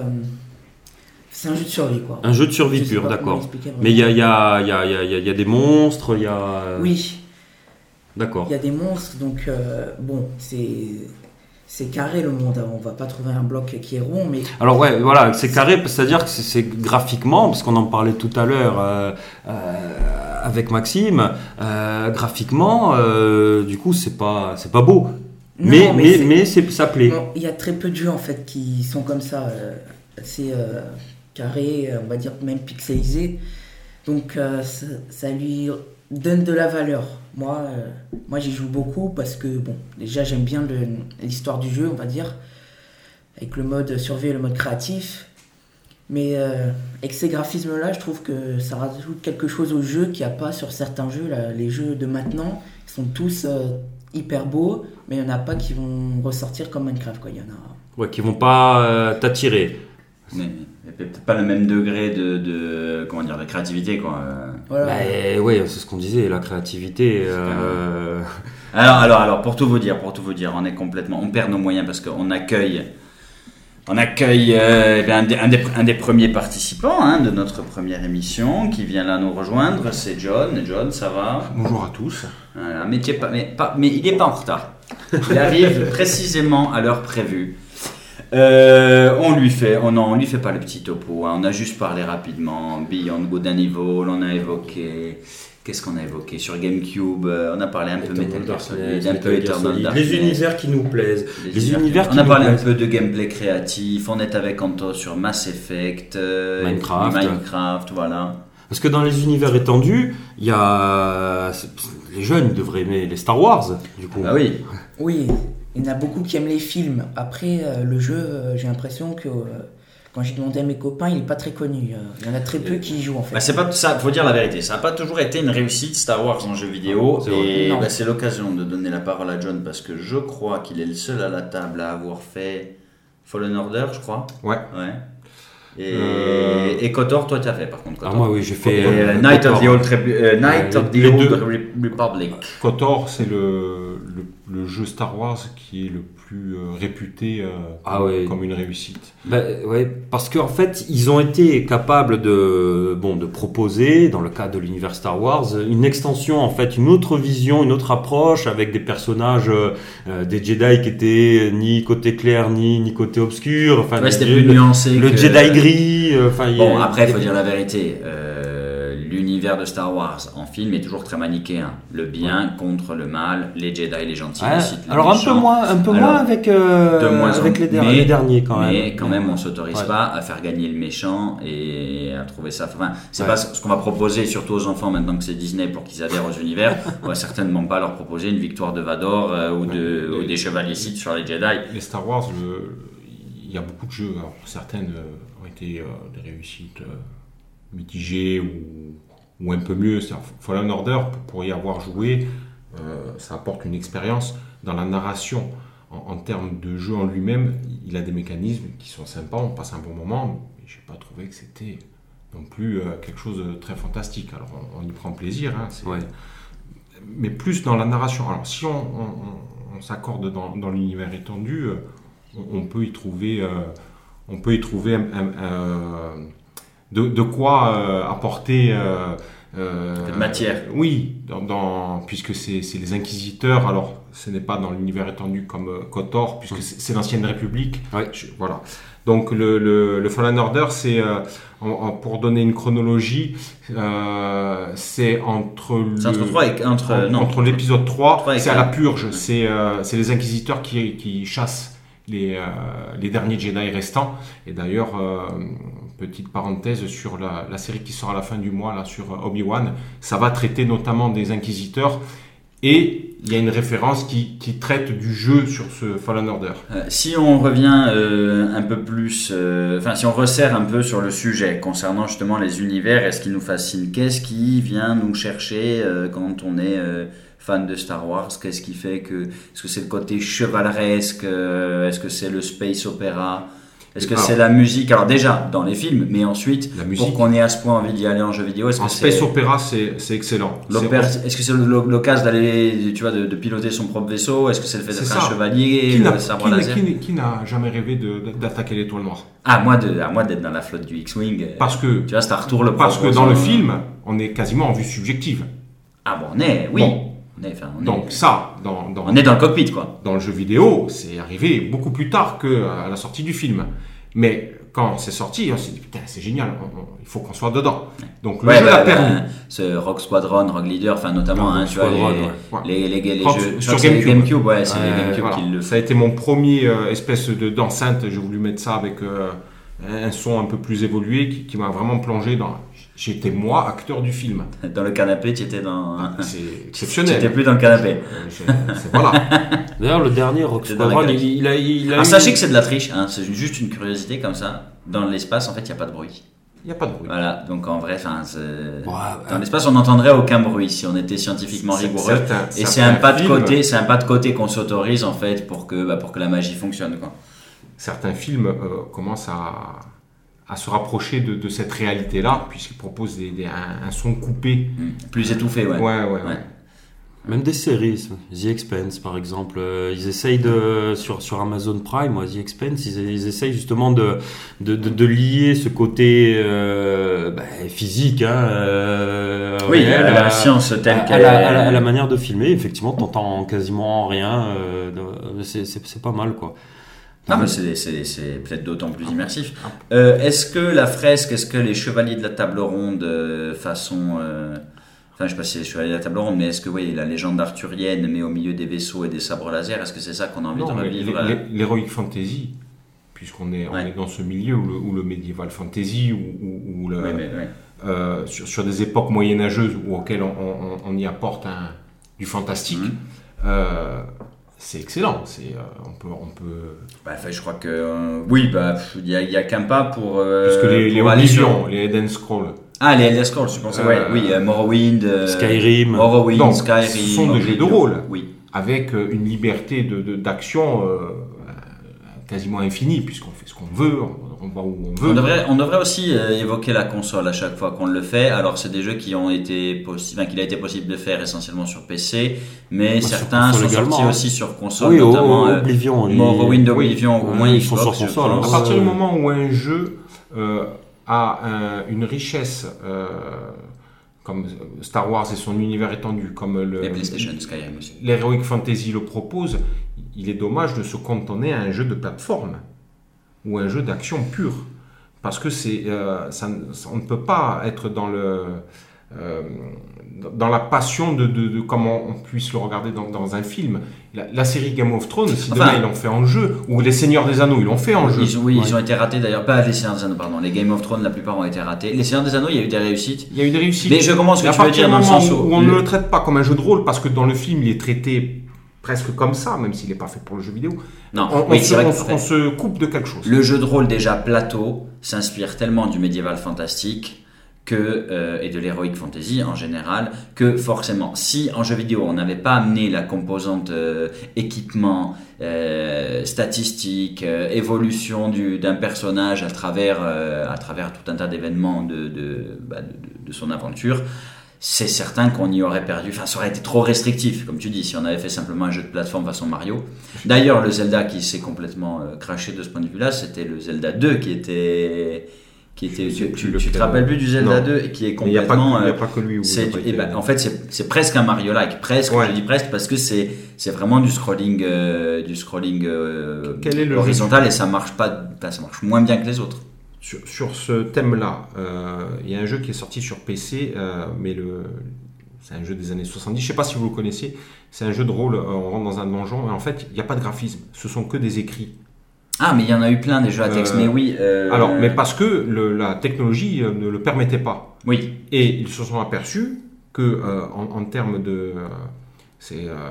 C'est un jeu de survie, quoi. Un jeu de survie Je sais pur, pas comment d'accord. l'expliquer vraiment. Mais il y a, il y, a, il y, a, il y, a, il y a des monstres, il y a... Oui, D'accord. il y a des monstres, donc euh, bon, c'est c'est carré le monde. hein. On va pas trouver un bloc qui est rond, mais Alors ouais, voilà, c'est carré, c'est-à-dire que c'est, c'est graphiquement, parce qu'on en parlait tout à l'heure euh, euh, avec Maxime, euh, graphiquement, euh, du coup, c'est pas, c'est pas beau. Non, mais mais mais, c'est- mais c'est, ça plaît. bon, il y a très peu de jeux en fait qui sont comme ça, euh, assez euh, carrés, on va dire même pixelisés. Donc euh, ça, ça lui donne de la valeur. Moi, euh, moi j'y joue beaucoup parce que bon, déjà j'aime bien le- l'histoire du jeu, on va dire, avec le mode survie et le mode créatif. Mais euh, avec ces graphismes-là, je trouve que ça rajoute quelque chose au jeu qu'il n'y a pas sur certains jeux. Là. Les jeux de maintenant, ils sont tous euh, hyper beaux, mais il n'y en a pas qui vont ressortir comme Minecraft. Quoi. Il y en a... Ouais, qui vont pas euh, t'attirer. Mais, mais peut-être pas le même degré de, de comment dire de créativité quoi. Euh, Voilà. Bah, ouais, c'est ce qu'on disait, la créativité. euh, Alors alors alors pour tout vous dire pour tout vous dire on est complètement on perd nos moyens parce qu'on accueille on accueille euh, eh bien, un, des, un, des, un des premiers participants hein, de notre première émission qui vient là nous rejoindre, c'est John. Et John, ça va? Bonjour à tous. Voilà, mais, qui est pas, mais, pas, mais il n'est pas en retard. Il arrive précisément à l'heure prévue. Euh, on lui fait, oh non, on lui fait pas le petit topo. Hein, on a juste parlé rapidement. Beyond Good and Evil, on a évoqué. Qu'est-ce qu'on a évoqué sur GameCube? euh, On a parlé un peu Metal Gear Solid, un peu Eternal Darkness. Les univers qui nous plaisent. Les Les univers univers qui- qui On a nous parlé un plaisent. peu de gameplay créatif. On est avec Anto sur Mass Effect, euh, Minecraft. Minecraft, voilà. Parce que dans les univers étendus, il y a les jeunes ils devraient aimer les Star Wars, du coup. Ah oui. Oui, il y en a beaucoup qui aiment les films. Après, euh, le jeu, euh, j'ai l'impression que... Euh, Quand j'ai demandé à mes copains, il n'est pas très connu. Il y en a très peu qui y jouent en fait. Bah, c'est pas ça, faut dire la vérité. Ça n'a pas toujours été une réussite Star Wars en jeu vidéo. C'est et Non. bah, c'est l'occasion de donner la parole à John parce que je crois qu'il est le seul à la table à avoir fait Fallen Order, je crois. Ouais. Ouais. Et, Euh... et KOTOR, toi tu as fait par contre. Ah, KOTOR. moi, oui, j'ai fait. Et, euh, euh, Night of the KOTOR. Old, Repu- euh, Night Euh, of the les Old deux. Re- Republic. KOTOR, c'est le, le, le jeu Star Wars qui est le plus euh, réputé euh, Ah comme, ouais. comme une réussite. Ben, ouais, parce qu'en fait, ils ont été capables de, bon, de proposer, dans le cadre de l'univers Star Wars, une extension, en fait, une autre vision, une autre approche, avec des personnages, euh, des Jedi qui étaient ni côté clair, ni, ni côté obscur. Enfin, Ouais, des- c'était le, plus nuancé. le que- Jedi gris. euh, Enfin, il y a- Bon, après, il faut dire la vérité. Euh, l'univers de Star Wars en film est toujours très manichéen. Le bien contre le mal, les Jedi, les gentils, Ouais, les Sith, les alors un peu méchants. moins, un peu Alors, moins avec, euh, de moins en- avec les, der- mais- les derniers quand même. Mais quand même, on s'autorise Ouais. pas à faire gagner le méchant et à trouver ça. Enfin, c'est Ouais. pas ce qu'on va proposer, surtout aux enfants maintenant que c'est Disney pour qu'ils adhèrent aux univers. On va certainement pas leur proposer une victoire de Vador euh, ou, de, Ouais. ou des chevaliers Sith sur les Jedi. Les Star Wars, le- il y a beaucoup de jeux. Alors, certaines euh, ont été euh, des réussites euh, mitigées ou, ou un peu mieux. C'est-à-dire, Fallen Order, pour y avoir joué, euh, ça apporte une expérience dans la narration. En, en termes de jeu en lui-même, il a des mécanismes qui sont sympas, on passe un bon moment, mais je n'ai pas trouvé que c'était non plus euh, quelque chose de très fantastique. Alors on, on y prend plaisir, hein, c'est- Ouais. mais plus dans la narration. Alors si on, on- on- on s'accorde dans, dans l'univers étendu, euh, on, on peut y trouver, euh, on peut y trouver un- un- un- de, de quoi euh, apporter euh, euh, De matière. Oui, dans, dans- puisque c'est c'est les inquisiteurs. Alors ce n'est pas dans l'univers étendu comme euh, KOTOR, puisque c'est c'est l'ancienne République. Ouais. Je- voilà. Donc le, le, le Fallen Order, c'est euh, en- en- pour donner une chronologie, euh, c'est entre le C'est entre trois et entre en- non, entre l'épisode trois, trois et c'est à la quatre. purge, c'est euh, c'est les inquisiteurs qui, qui chassent les, euh, les derniers Jedi restants. Et d'ailleurs, euh, petite parenthèse sur la, la série qui sort à la fin du mois là sur Obi-Wan, ça va traiter notamment des inquisiteurs. Et il y a une référence qui, qui traite du jeu sur ce Fallen Order. Euh, si on revient euh, un peu plus, euh, enfin si on resserre un peu sur le sujet concernant justement les univers et ce qui nous fascine, qu'est-ce qui vient nous chercher euh, quand on est euh, fan de Star Wars? Qu'est-ce qui fait que, est-ce que c'est le côté chevaleresque, euh, est-ce que c'est le space opéra, est-ce que Alors, c'est la musique? Alors déjà dans les films, mais ensuite La musique. pour qu'on ait à ce point envie d'y aller en jeu vidéo, est-ce En que c'est space opéra, c'est c'est excellent. l'opéra- C'est- est-ce que c'est le- l'occasion d'aller, tu vois, de, de piloter son propre vaisseau? Est-ce que c'est le fait C'est d'être un ça. chevalier, Qui n'a le sabre qui n'a- laser? qui n'a- qui n'a jamais rêvé de- d'attaquer l'étoile noire? À moi de, à moi d'être dans la flotte du X-Wing. euh, Parce que, tu vois, c'est un retour le parce que propre dans le sang. film, on est quasiment en vue subjective. Ah bon, on est, oui. Bon. On est, enfin, on Donc est, ça, dans, dans, on est dans le cockpit, quoi. dans le jeu vidéo, c'est arrivé beaucoup plus tard qu'à la sortie du film. Mais quand c'est sorti, on s'est dit, putain, c'est génial, on- on- il faut qu'on soit dedans. Donc le Ouais, jeu bah, l'a bah, permis. ce Rogue Squadron, Rogue Leader, enfin, notamment, Non, hein, Rogue tu vois, les, Squadron, ouais. Ouais. les, les, les, les Rogue- jeux. je sur crois que c'est les GameCube. GameCube, ouais, c'est Ouais, les GameCube Voilà. qui le Ça a été mon premier euh, espèce de d'enceinte. J'ai voulu mettre ça avec euh, un son un peu plus évolué qui, qui m'a vraiment plongé dans. J'étais moi acteur du film. Dans le canapé, tu étais dans. C'est Tu exceptionnel. n'étais plus dans le canapé. Euh, j'ai- c'est- voilà. D'ailleurs, le dernier Rogue C'est dans la Squadron, galaxie. il, il a, il a Alors, eu- sachez que c'est de la triche, hein, c'est juste une curiosité comme ça. Dans l'espace, en fait, il n'y a pas de bruit. Il n'y a pas de bruit. Voilà, donc en vrai, enfin, c'est- Ouais, dans ouais. l'espace, on n'entendrait aucun bruit si on était scientifiquement C'est- rigoureux. certains- Et c'est certains un pas de films- côté, c'est un pas de côté qu'on s'autorise en fait pour que, bah, pour que la magie fonctionne, quoi. Certains films euh, commencent à, à se rapprocher de, de cette réalité-là, puisqu'ils proposent des, des- un, un son coupé. Mm. Plus étouffé, ouais. Ouais, ouais, ouais. Ouais. Même des séries, The Expanse par exemple, euh, ils essayent de sur sur Amazon Prime, moi, The Expanse, ils, ils essayent justement de de, de, de lier ce côté euh, bah, physique, hein, euh, Oui, réel, à la à- science telle à, à qu'elle la, est. à la- à la manière de filmer. Effectivement, t'entends quasiment rien, euh, de- c'est c'est c'est pas mal quoi. Ah, mais c'est, c'est, c'est peut-être d'autant plus immersif. Euh, est-ce que la fresque, est-ce que les chevaliers de la table ronde, euh, façon. euh, Enfin, je sais pas si c'est les chevaliers de la table ronde, mais est-ce que, oui, la légende arthurienne, mais au milieu des vaisseaux et des sabres laser, est-ce que c'est ça qu'on a envie Non, de mais revivre l'he- euh, l'he- l'heroic fantasy, puisqu'on est, on Ouais. est dans ce milieu où le, où le medieval fantasy, ou, ou- ou le, Oui, mais, ouais. euh, sur, sur des époques moyenâgeuses ou auxquelles on, on- on y apporte un, du fantastique, Mhm. euh, c'est excellent. C'est, euh, on peut, on peut. Bah, enfin, je crois que euh, oui, bah, il y a, y a qu'un pas pour. Euh, Puisque les, les pour aller Oblivion, sur- les Elden Scrolls, Ah, les Elder Scrolls, je pensais. Euh, ouais, oui, euh, Morrowind, euh, Skyrim. Morrowind, Donc, Skyrim. ce sont des jeux de Oblivion. rôle. Oui. avec euh, une liberté de, de, d'action euh, quasiment infinie, puisqu'on fait ce qu'on veut, on, on va où on veut. On devrait, on devrait aussi euh, évoquer la console à chaque fois qu'on le fait. Alors, c'est des jeux qui ont été possibles, enfin, qu'il a été possible de faire essentiellement sur P C, mais sur certains console sont également, sortis hein. aussi sur console, Oui, notamment euh, Oblivion. il- Morrowind, oui. Oblivion, au Ouais, moins ils Xbox, sont sur je console, hein. pense. À partir du Euh, moment où un jeu euh, a un- une richesse euh, comme Star Wars et son univers étendu, comme le, Et PlayStation, Skyrim aussi. l'Heroic Fantasy le propose, il est dommage de se cantonner à un jeu de plateforme ou un jeu d'action pure. Parce que c'est, euh, ça, ça- on ne peut pas être dans, le, euh, dans la passion de, de, de comment on puisse le regarder dans, dans un film. La, la série Game of Thrones, si demain Enfin- ils l'ont fait en jeu, ou Les Seigneurs des Anneaux, ils l'ont fait en jeu. Ils ont, oui, Ouais. ils ont été ratés d'ailleurs. Pas les Seigneurs des Anneaux, pardon. Les Game of Thrones, la plupart ont été ratés. Les Seigneurs des Anneaux, il y a eu des réussites. Il y a eu des réussites. Mais je comprends ce Et que à tu veux partir dire du dans le moment sens où, où. où on ne le- le traite pas comme un jeu de rôle, parce que dans le film, il est traité presque comme ça, même s'il n'est pas fait pour le jeu vidéo, Non, on, on oui, se, c'est vrai on que- se- on se coupe de quelque chose. Le jeu de rôle déjà plateau s'inspire tellement du médiéval fantastique que, euh, et de l'heroic fantasy en général, que forcément, si en jeu vidéo on n'avait pas amené la composante euh, équipement, euh, statistique, euh, évolution du, d'un personnage à travers, euh, à travers tout un tas d'événements de, de, bah, de, de- de son aventure, c'est certain qu'on y aurait perdu. Enfin, ça aurait été trop restrictif, comme tu dis, si on avait fait simplement un jeu de plateforme façon Mario. D'ailleurs, le Zelda qui s'est complètement euh, craché de ce point de vue-là, c'était le Zelda deux qui était. Qui était Je sais tu plus tu, lequel. tu te rappelles plus du Zelda Non. deux et qui est Mais il n'y a, pas complètement. que- il y a euh, pas que lui. Où c'est il a pas du- eh été- ben, en fait, c'est, c'est presque un Mario-like. Presque, Ouais. je dis presque, parce que c'est, c'est vraiment du scrolling, euh, du scrolling euh, Quel est le horizontal et ça marche pas. Enfin, ça marche moins bien que les autres. Sur, sur ce thème-là, euh, il y a un jeu qui est sorti sur P C, euh, mais le, c'est un jeu des années soixante-dix. Je ne sais pas si vous le connaissez. C'est un jeu de rôle. euh, on rentre dans un donjon et en fait, il n'y a pas de graphisme. Ce sont que des écrits. Ah, mais il y en a eu plein des jeux à texte. Euh, mais oui. euh, Alors, mais parce que le- la technologie euh, ne le permettait pas. Oui. Et ils se sont aperçus que, euh, en, en termes de, euh, c'est, euh,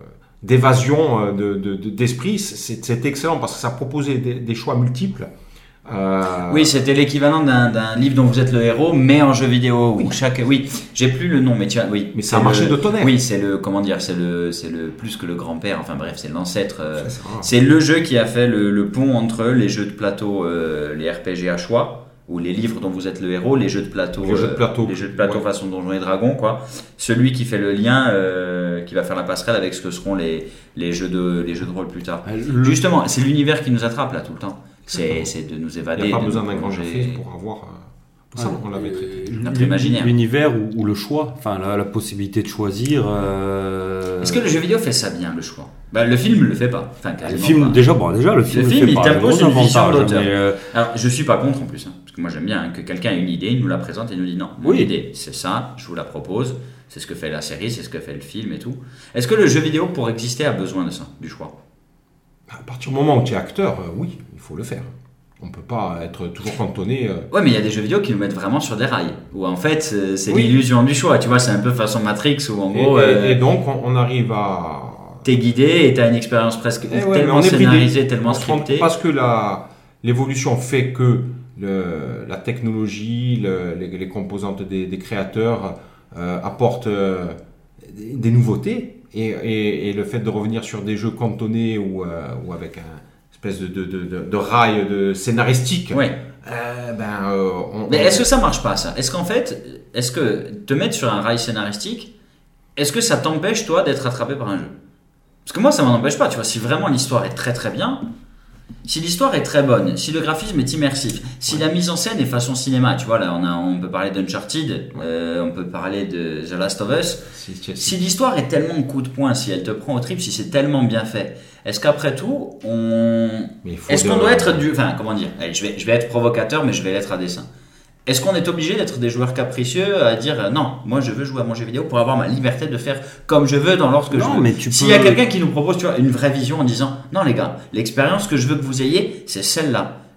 d'évasion euh, de, de- de- d'esprit, c'est, c'est excellent parce que ça proposait des, des choix multiples. Euh, Oui, c'était l'équivalent d'un, d'un livre dont vous êtes le héros, mais en jeu vidéo. Où chaque, oui, j'ai plus le nom, mais tu as, oui. Mais ça a c'est marché le- de tonnerre. Oui, c'est le, comment dire, c'est le, c'est le plus que le grand-père. Enfin bref, c'est l'ancêtre. euh, ça, c'est rare. c'est le jeu qui a fait le, le pont entre les jeux de plateau, euh, les R P G à choix, ou les livres dont vous êtes le héros, les jeux de plateau, Les jeux de plateau. les jeux de plateau Ouais. façon Donjons et Dragons, quoi. Celui qui fait le lien, euh, qui va faire la passerelle avec ce que seront les, les jeux de, les jeux de rôle plus tard. Le- Justement, c'est l'univers qui nous attrape là tout le temps. C'est, Exactement. c'est de nous Il évader. n'y a pas de besoin nous d'un grand plonger. graphisme pour avoir. euh, ça, on l'avait traité. Euh, Notre imaginaire. L'univers ou, ou le choix, enfin la, la possibilité de choisir. euh, Est-ce que le jeu vidéo fait ça bien, le choix? Bah, le film le fait pas. Enfin, le quasiment film, pas. déjà, bon, déjà, le film, film, fait il pas, t'impose gros une vision avantage, d'auteur. mais, euh, Alors, je suis pas contre en plus, hein, parce que moi j'aime bien hein, que quelqu'un ait une idée, il nous la présente et nous dit non, mon Oui. idée c'est ça, je vous la propose, c'est ce que fait la série, c'est ce que fait le film et tout. Est-ce que le jeu vidéo pour exister a besoin de ça, du choix? À partir du moment où tu es acteur, euh, oui, il faut le faire. On ne peut pas être toujours cantonné. euh, Ouais, mais il y a des jeux vidéo qui nous mettent vraiment sur des rails, où en fait c'est, c'est Oui. l'illusion du choix, tu vois, c'est un peu façon Matrix où en et, gros et- euh, et donc, on, on arrive à. t'es guidé et t'as une expérience presque Eh ouais, mais tellement on est bridé. scénarisée, tellement On se rend- scriptée. Parce que la, l'évolution fait que le, la technologie, le- les, les composantes des, des créateurs euh, apportent euh, des, des nouveautés. Et, et- et le fait de revenir sur des jeux cantonnés ou, euh, ou avec un espèce de, de, de, de, de rail de scénaristique, Ouais. euh, ben, euh, on, Mais on- est-ce que ça marche pas ça? Est-ce qu'en fait, est-ce que te mettre sur un rail scénaristique, est-ce que ça t'empêche toi d'être attrapé par un jeu? Parce que moi ça m'en empêche pas, tu vois, si vraiment l'histoire est très très bien, si l'histoire est très bonne, si le graphisme est immersif, si la mise en scène est façon cinéma, tu vois, là on, a, on peut parler d'Uncharted, euh, on peut parler de The Last of Us, si- si- si l'histoire est tellement coup de poing, si elle te prend au trip, si c'est tellement bien fait, est-ce qu'après tout, on... mais il faut Est-ce de- qu'on doit être du... Enfin, comment dire? Allez, je vais, je vais être provocateur, mais je vais l'être à dessein. Est-ce qu'on est obligé d'être des joueurs capricieux à dire euh, non, moi je veux jouer à mon jeu vidéo pour avoir ma liberté de faire comme je veux dans l'ordre que Non, je veux. mais tu S'il peux- y a quelqu'un qui nous propose tu vois, une vraie vision en disant non les gars, l'expérience que je veux que vous ayez, c'est celle-là.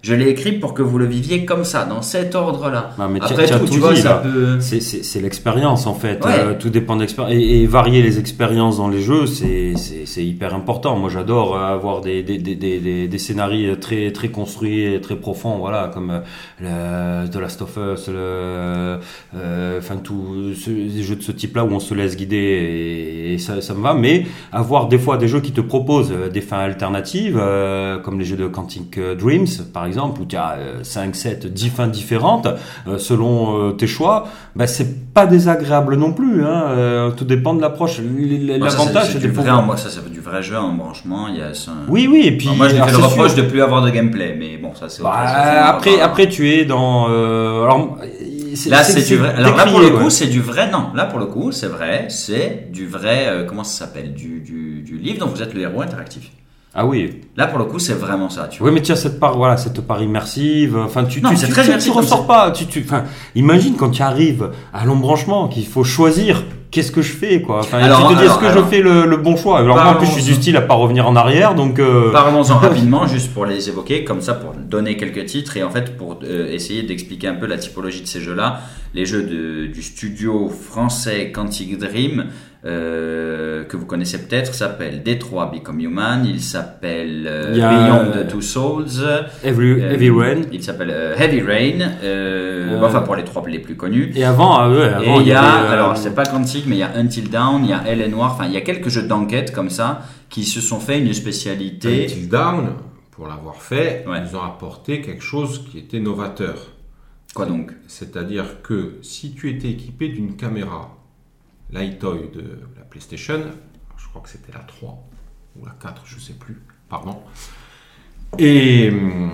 Je l'ai écrit pour que vous le viviez comme ça, dans cet ordre-là. Non, mais Après tiens, tout, tiens, tu tout vois, dit, ça là. peut... C'est, c'est, c'est l'expérience en fait. Ouais. Euh, tout dépend de l'expérience. Et, et varier les expériences dans les jeux, c'est, c'est, c'est hyper important. Moi, j'adore avoir des, des, des, des, des, des scénarios très, très construits et très profonds. Voilà, comme le, The Last of Us, le, euh, enfin tout, ce, des jeux de ce type-là où on se laisse guider et, et ça, ça me va. Mais avoir des fois des jeux qui te proposent des fins alternatives, euh, comme les jeux de Quantic Dreams, par exemple, où tu as cinq, sept, dix fins différentes euh, selon euh, tes choix, bah, c'est pas désagréable non plus. Hein. Euh, tout dépend de l'approche. Moi, ça, L'avantage, c'est, c'est c'est du de vrai, pouvoir... moi, ça, ça fait du vrai jeu en branchement. Il y a ça... Oui, oui, et puis... Alors, moi, je lui fais alors, le c'est reproche sûr. de plus avoir de gameplay, mais bon, ça, c'est Bah, autre chose. Ça, après, pas- après, tu es dans... Euh, alors, c'est, Là, c'est, du vrai. Alors là, pour décrié, le coup, ouais. c'est du vrai. Non, là, pour le coup, c'est vrai. C'est du vrai. Euh, comment ça s'appelle du, du, du livre dont vous êtes le héros interactif. Ah oui. Là, pour le coup, c'est vraiment ça. Tu vois. Oui, mais tu as cette part, voilà, cette part immersive. Enfin, tu, Non, tu, c'est tu, très tu, immersif tu comme ressors c'est. pas. Tu, tu, enfin, imagine quand tu arrives à l'embranchement, qu'il faut choisir. Qu'est-ce que je fais, quoi. Enfin, Alors, tu te dis, alors, est-ce que alors, je fais le, le bon choix. Alors moi, en plus, je suis du style à pas revenir en arrière, donc. Euh... Parlons-en rapidement, juste pour les évoquer, comme ça, pour donner quelques titres et en fait pour euh, essayer d'expliquer un peu la typologie de ces jeux-là. Les jeux de, du studio français Quantic Dream, euh, que vous connaissez peut-être, s'appelle Detroit Become Human. Il s'appelle euh, Il y a, Beyond euh, the Two Souls. Heavy, Euh, Heavy Rain. Il s'appelle euh, Heavy Rain. Euh, Euh, enfin, pour les trois les plus connus. Et avant, ah ouais, avant, Et il y a, avait, euh, alors c'est pas Quantic, mais il y a Until Dawn, il y a Hell and Noir, enfin il y a quelques jeux d'enquête comme ça qui se sont fait une spécialité. Until Dawn, pour l'avoir fait, Ouais. ils ont apporté quelque chose qui était novateur. Quoi donc? C'est-à-dire que si tu étais équipé d'une caméra Lightoy de la PlayStation, je crois que c'était la trois ou la quatre, je sais plus, pardon. Et hum,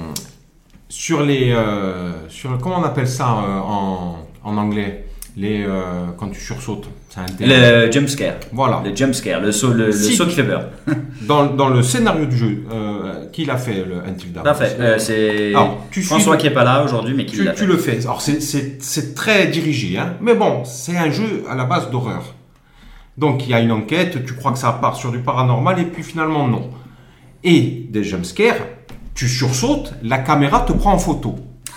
sur les, euh, sur comment on appelle ça euh, en, en anglais, les euh, quand tu sursautes, c'est un terme. Le jump scare. Voilà. Le jump scare, le saut, le, le Si- saut qui fait peur. Dans, dans le scénario du jeu, euh, qui l'a fait le Until Dawn? Parfait. Euh, c'est Alors, tu François suis- qui est pas là aujourd'hui, mais qui Tu, l'a tu fait. le fais. Alors c'est, c'est, c'est très dirigé, hein. Mais bon, c'est un jeu à la base d'horreur. Donc il y a une enquête, tu crois que ça part sur du paranormal et puis finalement non. Et des jumpscares, tu sursautes, la caméra te prend en photo.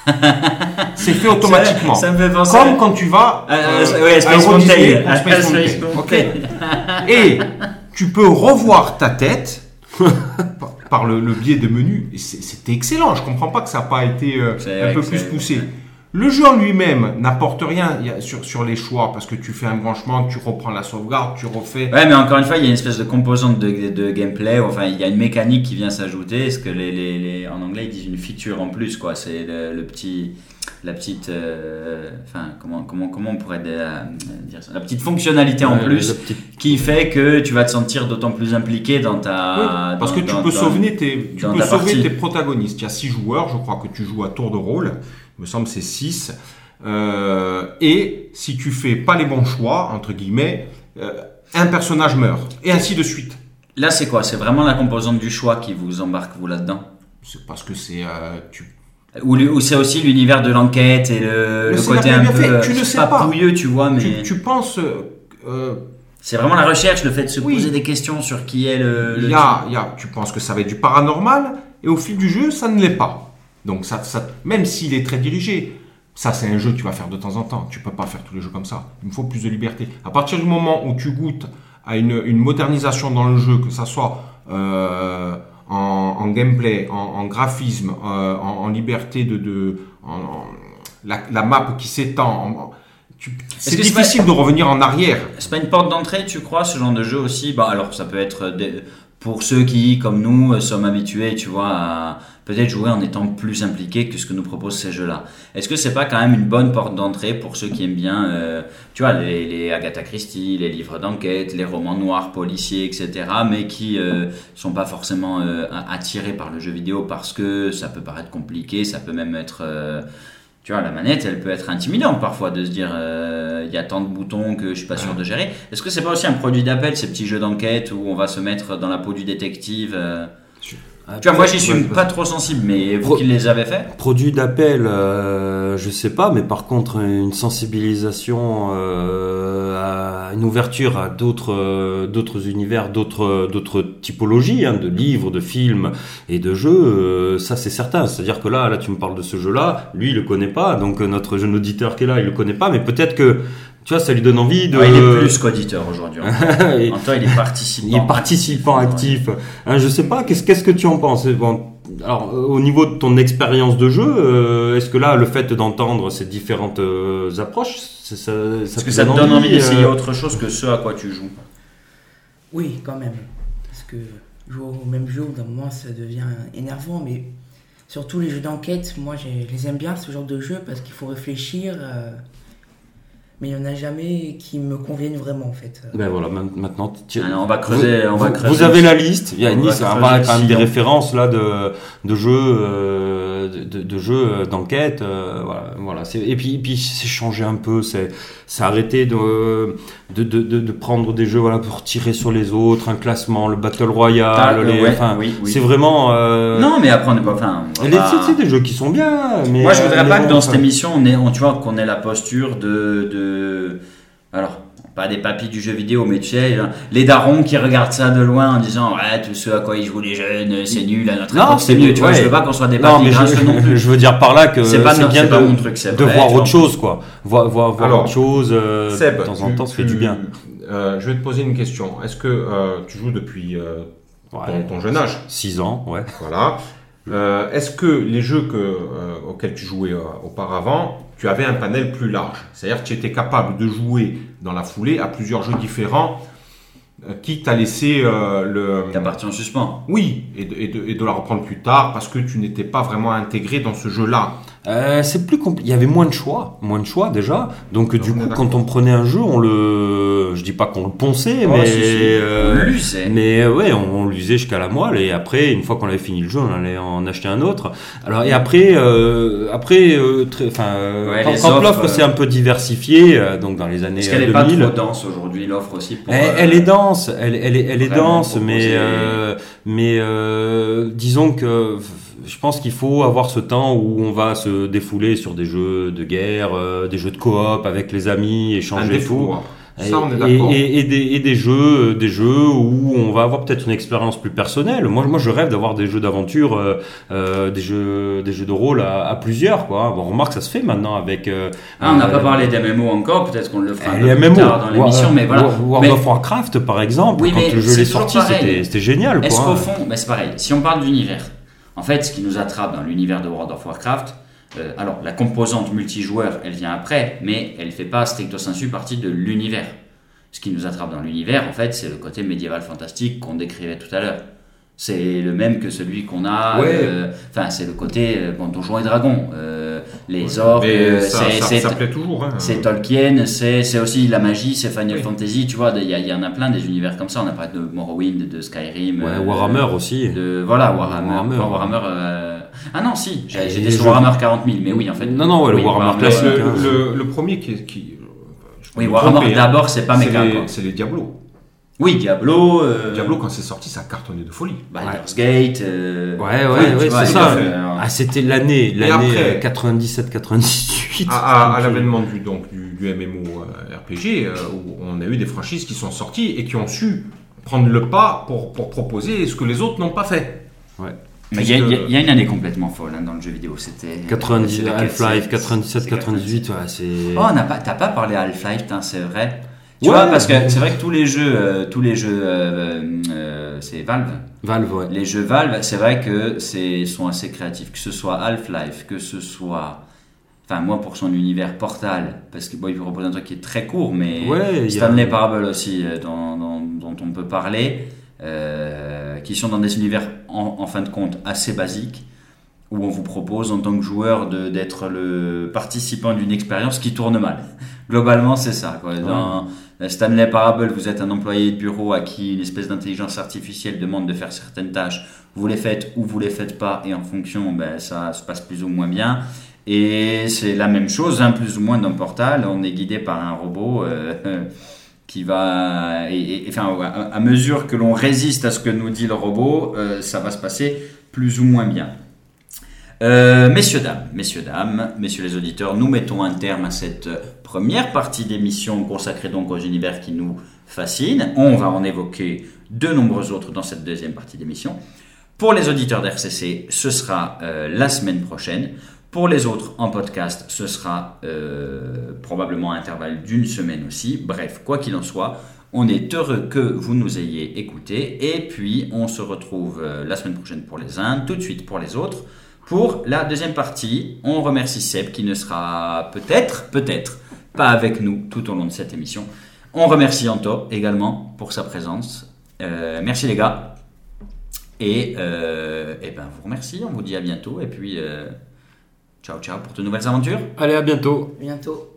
C'est fait automatiquement. Ça, ça me fait penser. Comme quand tu vas Ah, euh, ah, ouais, à Space Euro Disney Mountain. ou Space Ah, Space Mountain. Ok. Mountain. Et tu peux revoir ta tête par- par le, le biais des menus. Et c'est- c'était excellent. Je comprends pas que ça n'a pas été euh, C'est un vrai peu que plus c'est- poussé. Le jeu en lui-même n'apporte rien il y a- sur, sur les choix parce que tu fais un branchement, tu reprends la sauvegarde, tu refais. Ouais, mais encore une fois, il y a une espèce de composante de, de gameplay. Enfin, il y a une mécanique qui vient s'ajouter. Est-ce que les, les, les, en anglais, ils disent une feature en plus, quoi. C'est le, le petit, la petite, euh, enfin, comment, comment, comment on pourrait euh, dire ça, la petite fonctionnalité en euh, plus le petit- qui fait que tu vas te sentir d'autant plus impliqué dans ta. Oui, parce dans- que tu dans- peux dans- sauver tes, tu dans peux ta sauver partie. tes protagonistes. Il y a six joueurs, je crois que tu joues à tour de rôle. Il me semble que c'est six. Euh, et si tu fais pas les bons choix, entre guillemets, euh, un personnage meurt. Et ainsi de suite. Là, c'est quoi? C'est vraiment la composante du choix qui vous embarque vous là-dedans? C'est parce que c'est euh, tu Ou, le- ou c'est aussi l'univers de l'enquête et le, Le le scénario côté est un bien peu fait, euh, tu ne sais pas pas. pouilleux, tu vois, mais tu, tu penses euh, c'est vraiment la recherche, le fait de se Oui. poser des questions sur qui est le. il le y a, il y a, tu penses que ça va être du paranormal et au fil du jeu, ça ne l'est pas. Donc ça, ça même s'il est très dirigé, ça c'est un jeu que tu vas faire de temps en temps. Tu peux pas faire tous les jeux comme ça. Il me faut plus de liberté. À partir du moment où tu goûtes à une, une modernisation dans le jeu, que ça soit euh, en, en gameplay, en, en graphisme, euh, en, en liberté de, de en, en- la, la map qui s'étend. en- tu- c'est que c'est difficile de revenir en arrière. C'est pas une porte d'entrée, tu crois, ce genre de jeu aussi? Bah alors ça peut être des- pour ceux qui, comme nous, euh, sommes habitués, tu vois, à peut-être jouer en étant plus impliqués que ce que nous proposent ces jeux-là. Est-ce que c'est pas quand même une bonne porte d'entrée pour ceux qui aiment bien, euh, tu vois, les, les Agatha Christie, les livres d'enquête, les romans noirs, policiers, et cetera, mais qui euh, sont pas forcément euh, attirés par le jeu vidéo parce que ça peut paraître compliqué, ça peut même être... euh, tu vois, la manette, elle peut être intimidante parfois de se dire euh, il y a tant de boutons que je suis pas sûr de gérer. Est-ce que c'est pas aussi un produit d'appel, ces petits jeux d'enquête où on va se mettre dans la peau du détective euh... Tu vois, moi j'y suis Ouais, pas trop sensible, mais vous Pro- qui les avez fait. Produit d'appel, euh, je sais pas, mais par contre une sensibilisation euh, à une ouverture à d'autres, euh, d'autres univers, d'autres, d'autres typologies, hein, de livres, de films et de jeux. Euh, ça, c'est certain. C'est-à-dire que là, là, tu me parles de ce jeu-là. Lui, il le connaît pas. Donc, euh, notre jeune auditeur qui est là, il le connaît pas. Mais peut-être que, tu vois, ça lui donne envie de... Ouais, il est plus qu'auditeur aujourd'hui. En même temps, il est participant. Il est participant actif. actif. Hein, je sais pas, qu'est-ce, qu'est-ce que tu en penses? Bon, alors, au niveau de ton expérience de jeu, euh, est-ce que là, le fait d'entendre ces différentes euh, approches, ça, ça, est-ce que ça te donne envie d'essayer euh... autre chose que ce à quoi tu joues? Oui, quand même. Parce que jouer au même jeu, d'un moment, ça devient énervant. Mais surtout les jeux d'enquête, moi, je les aime bien, ce genre de jeu, parce qu'il faut réfléchir... Euh... Mais il n'y en a jamais qui me conviennent vraiment, en fait. Ben voilà, maintenant... Tu... Ah non, on va creuser, vous, on va vous, creuser. Vous avez la liste. Il y a une liste, quand même des on... références là, de, de jeux, euh, de, de jeux d'enquête. Euh, voilà, voilà. C'est, et, puis, et puis, c'est changer un peu. C'est, c'est arrêter de, de, de, de, de prendre des jeux voilà, pour tirer sur les autres, un classement, le Battle Royale. Ah, les, ouais, enfin, oui, oui. C'est vraiment... Euh... Non, mais après, on n'est pas... Enfin, on les, va... c'est, c'est des jeux qui sont bien. Mais, moi, je voudrais euh, pas que dans enfin... cette émission, on ait, on, tu vois, qu'on ait la posture de... de... Alors, pas des papis du jeu vidéo, mais tu sais, les darons qui regardent ça de loin en disant ouais, tout ce à quoi ils jouent les jeunes, c'est nul, à notre époque c'est mieux. Tu ouais. vois, je veux pas qu'on soit des papis gracieux je, non plus. Je veux dire par là que c'est, pas, c'est non, bien c'est de, pas mon truc, c'est de vrai, voir autre chose, quoi. Voir, voir, voir Alors, autre chose euh, Seb, de temps en tu, temps, ça tu, fait du bien. Euh, je vais te poser une question. Est-ce que euh, tu joues depuis euh, ouais, ton, ton jeune âge? six ans, ouais. Voilà. Euh, est-ce que les jeux que, euh, auxquels tu jouais euh, auparavant, tu avais un panel plus large? C'est-à-dire que tu étais capable de jouer dans la foulée à plusieurs jeux différents euh, qui t'a laissé euh, le... Ta partie en suspens. Oui, et de, et, de, et de la reprendre plus tard parce que tu n'étais pas vraiment intégré dans ce jeu-là. Euh, c'est plus compl... Il y avait moins de choix, moins de choix déjà. Donc, Donc du coup, quand on prenait un jeu, on le, je dis pas qu'on le ponçait, oh, mais si, si. Euh... on l'usait. Mais ouais, on, on l'usait jusqu'à la moelle. Et après, une fois qu'on avait fini le jeu, on allait en acheter un autre. Alors et après, euh, après, euh, très, enfin, ouais, quand, quand l'offre euh... s'est un peu diversifiée, euh, donc dans les années Parce qu'elle deux mille. Est pas trop dense aujourd'hui, l'offre aussi. Pour, elle, euh... elle est dense, elle, elle est, elle est dense, mais, euh, mais euh, disons que. Je pense qu'il faut avoir ce temps où on va se défouler sur des jeux de guerre, euh, des jeux de coop avec les amis, échanger tout. Ça, on est d'accord. Et, et, et, des, et des jeux, des jeux où on va avoir peut-être une expérience plus personnelle. Moi, moi, je rêve d'avoir des jeux d'aventure, euh, euh, des jeux, des jeux de rôle à, à plusieurs, quoi. Bon, on remarque, ça se fait maintenant avec. Euh, ah, on n'a euh, pas parlé des M M O encore. Peut-être qu'on le fera un peu plus M M O, tard dans l'émission, mais voilà. World mais, of Warcraft, par exemple, oui, quand le jeu est sorti, c'était, c'était génial, Est-ce quoi. qu'au fond, ben c'est pareil. Si on parle d'univers. En fait, ce qui nous attrape dans l'univers de World of Warcraft, euh, alors la composante multijoueur, elle vient après, mais elle ne fait pas stricto sensu partie de l'univers. Ce qui nous attrape dans l'univers, en fait, c'est le côté médiéval fantastique qu'on décrivait tout à l'heure. C'est le même que celui qu'on a. Enfin, ouais. euh, c'est le côté euh, bon, Donjons et Dragons. Euh, les orques, euh, ça, c'est, ça, c'est, ça plaît toujours. Hein. C'est Tolkien, c'est, c'est aussi la magie, c'est Final oui. Fantasy. Tu vois, il y, y en a plein des univers comme ça. On a parlé de Morrowind, de Skyrim. Ouais, euh, Warhammer aussi. De, voilà, Warhammer. Warhammer. Bon, Warhammer euh... Ah non, si, j'ai, j'étais sur Warhammer quarante mille, mais oui, en fait. Non, non, ouais, le oui, Warhammer, Warhammer classique. Le, hein. le, le premier qui. qui oui, Warhammer tromper, d'abord, c'est pas méga. C'est les, quoi. C'est les Diablo. Oui, Diablo. Euh... Diablo, quand c'est sorti, ça a cartonné de folie. Baldur's Gate. Euh... Ouais, ouais, ouais, vois, c'est ça. Euh... Ah, c'était l'année, l'année quatre-vingt-dix-sept quatre-vingt-dix-huit. À, à, à l'avènement du, donc, du, du M M O euh, R P G, euh, où on a eu des franchises qui sont sorties et qui ont su prendre le pas pour, pour proposer ce que les autres n'ont pas fait. Ouais. Mais il y, y a une année complètement folle hein, dans le jeu vidéo. C'était quatre-vingt-dix, Half-Life, quatre-vingt-dix-sept quatre-vingt-dix-huit. Ouais, c'est... Oh, on n'a pas, t'as pas parlé Half-Life, c'est vrai. Tu ouais, vois, parce que c'est vrai que tous les jeux, euh, tous les jeux, euh, euh, c'est Valve. Valve, ouais. Les jeux Valve, c'est vrai que c'est sont assez créatifs. Que ce soit Half-Life, que ce soit, enfin moi pour son univers Portal, parce que bon, il propose un truc qui est très court, mais ouais, Stanley a... Parable aussi, dont, dont, dont on peut parler, euh, qui sont dans des univers en, en fin de compte assez basiques, où on vous propose en tant que joueur de, d'être le participant d'une expérience qui tourne mal. Globalement, c'est ça, quoi. Dans ouais. Stanley Parable, vous êtes un employé de bureau à qui une espèce d'intelligence artificielle demande de faire certaines tâches. Vous les faites ou vous les faites pas, et en fonction, ben, ça se passe plus ou moins bien. Et c'est la même chose, hein, plus ou moins dans Portal. On est guidé par un robot euh, qui va... Et, et, enfin, à, à mesure que l'on résiste à ce que nous dit le robot, euh, ça va se passer plus ou moins bien. Euh, messieurs, dames, messieurs, dames, messieurs les auditeurs, nous mettons un terme à cette première partie d'émission consacrée donc aux univers qui nous fascinent. On va en évoquer de nombreux autres dans cette deuxième partie d'émission. Pour les auditeurs d'R C C, ce sera euh, la semaine prochaine. Pour les autres en podcast, ce sera euh, probablement un intervalle d'une semaine aussi. Bref, quoi qu'il en soit, on est heureux que vous nous ayez écoutés. Et puis, on se retrouve euh, la semaine prochaine pour les uns, tout de suite pour les autres. Pour la deuxième partie, on remercie Seb qui ne sera peut-être, peut-être, pas avec nous tout au long de cette émission. On remercie Anto également pour sa présence. Euh, merci les gars. Et, euh, et ben, vous remercie, on vous dit à bientôt. Et puis, euh, ciao ciao pour de nouvelles aventures. Allez, à bientôt. Bientôt.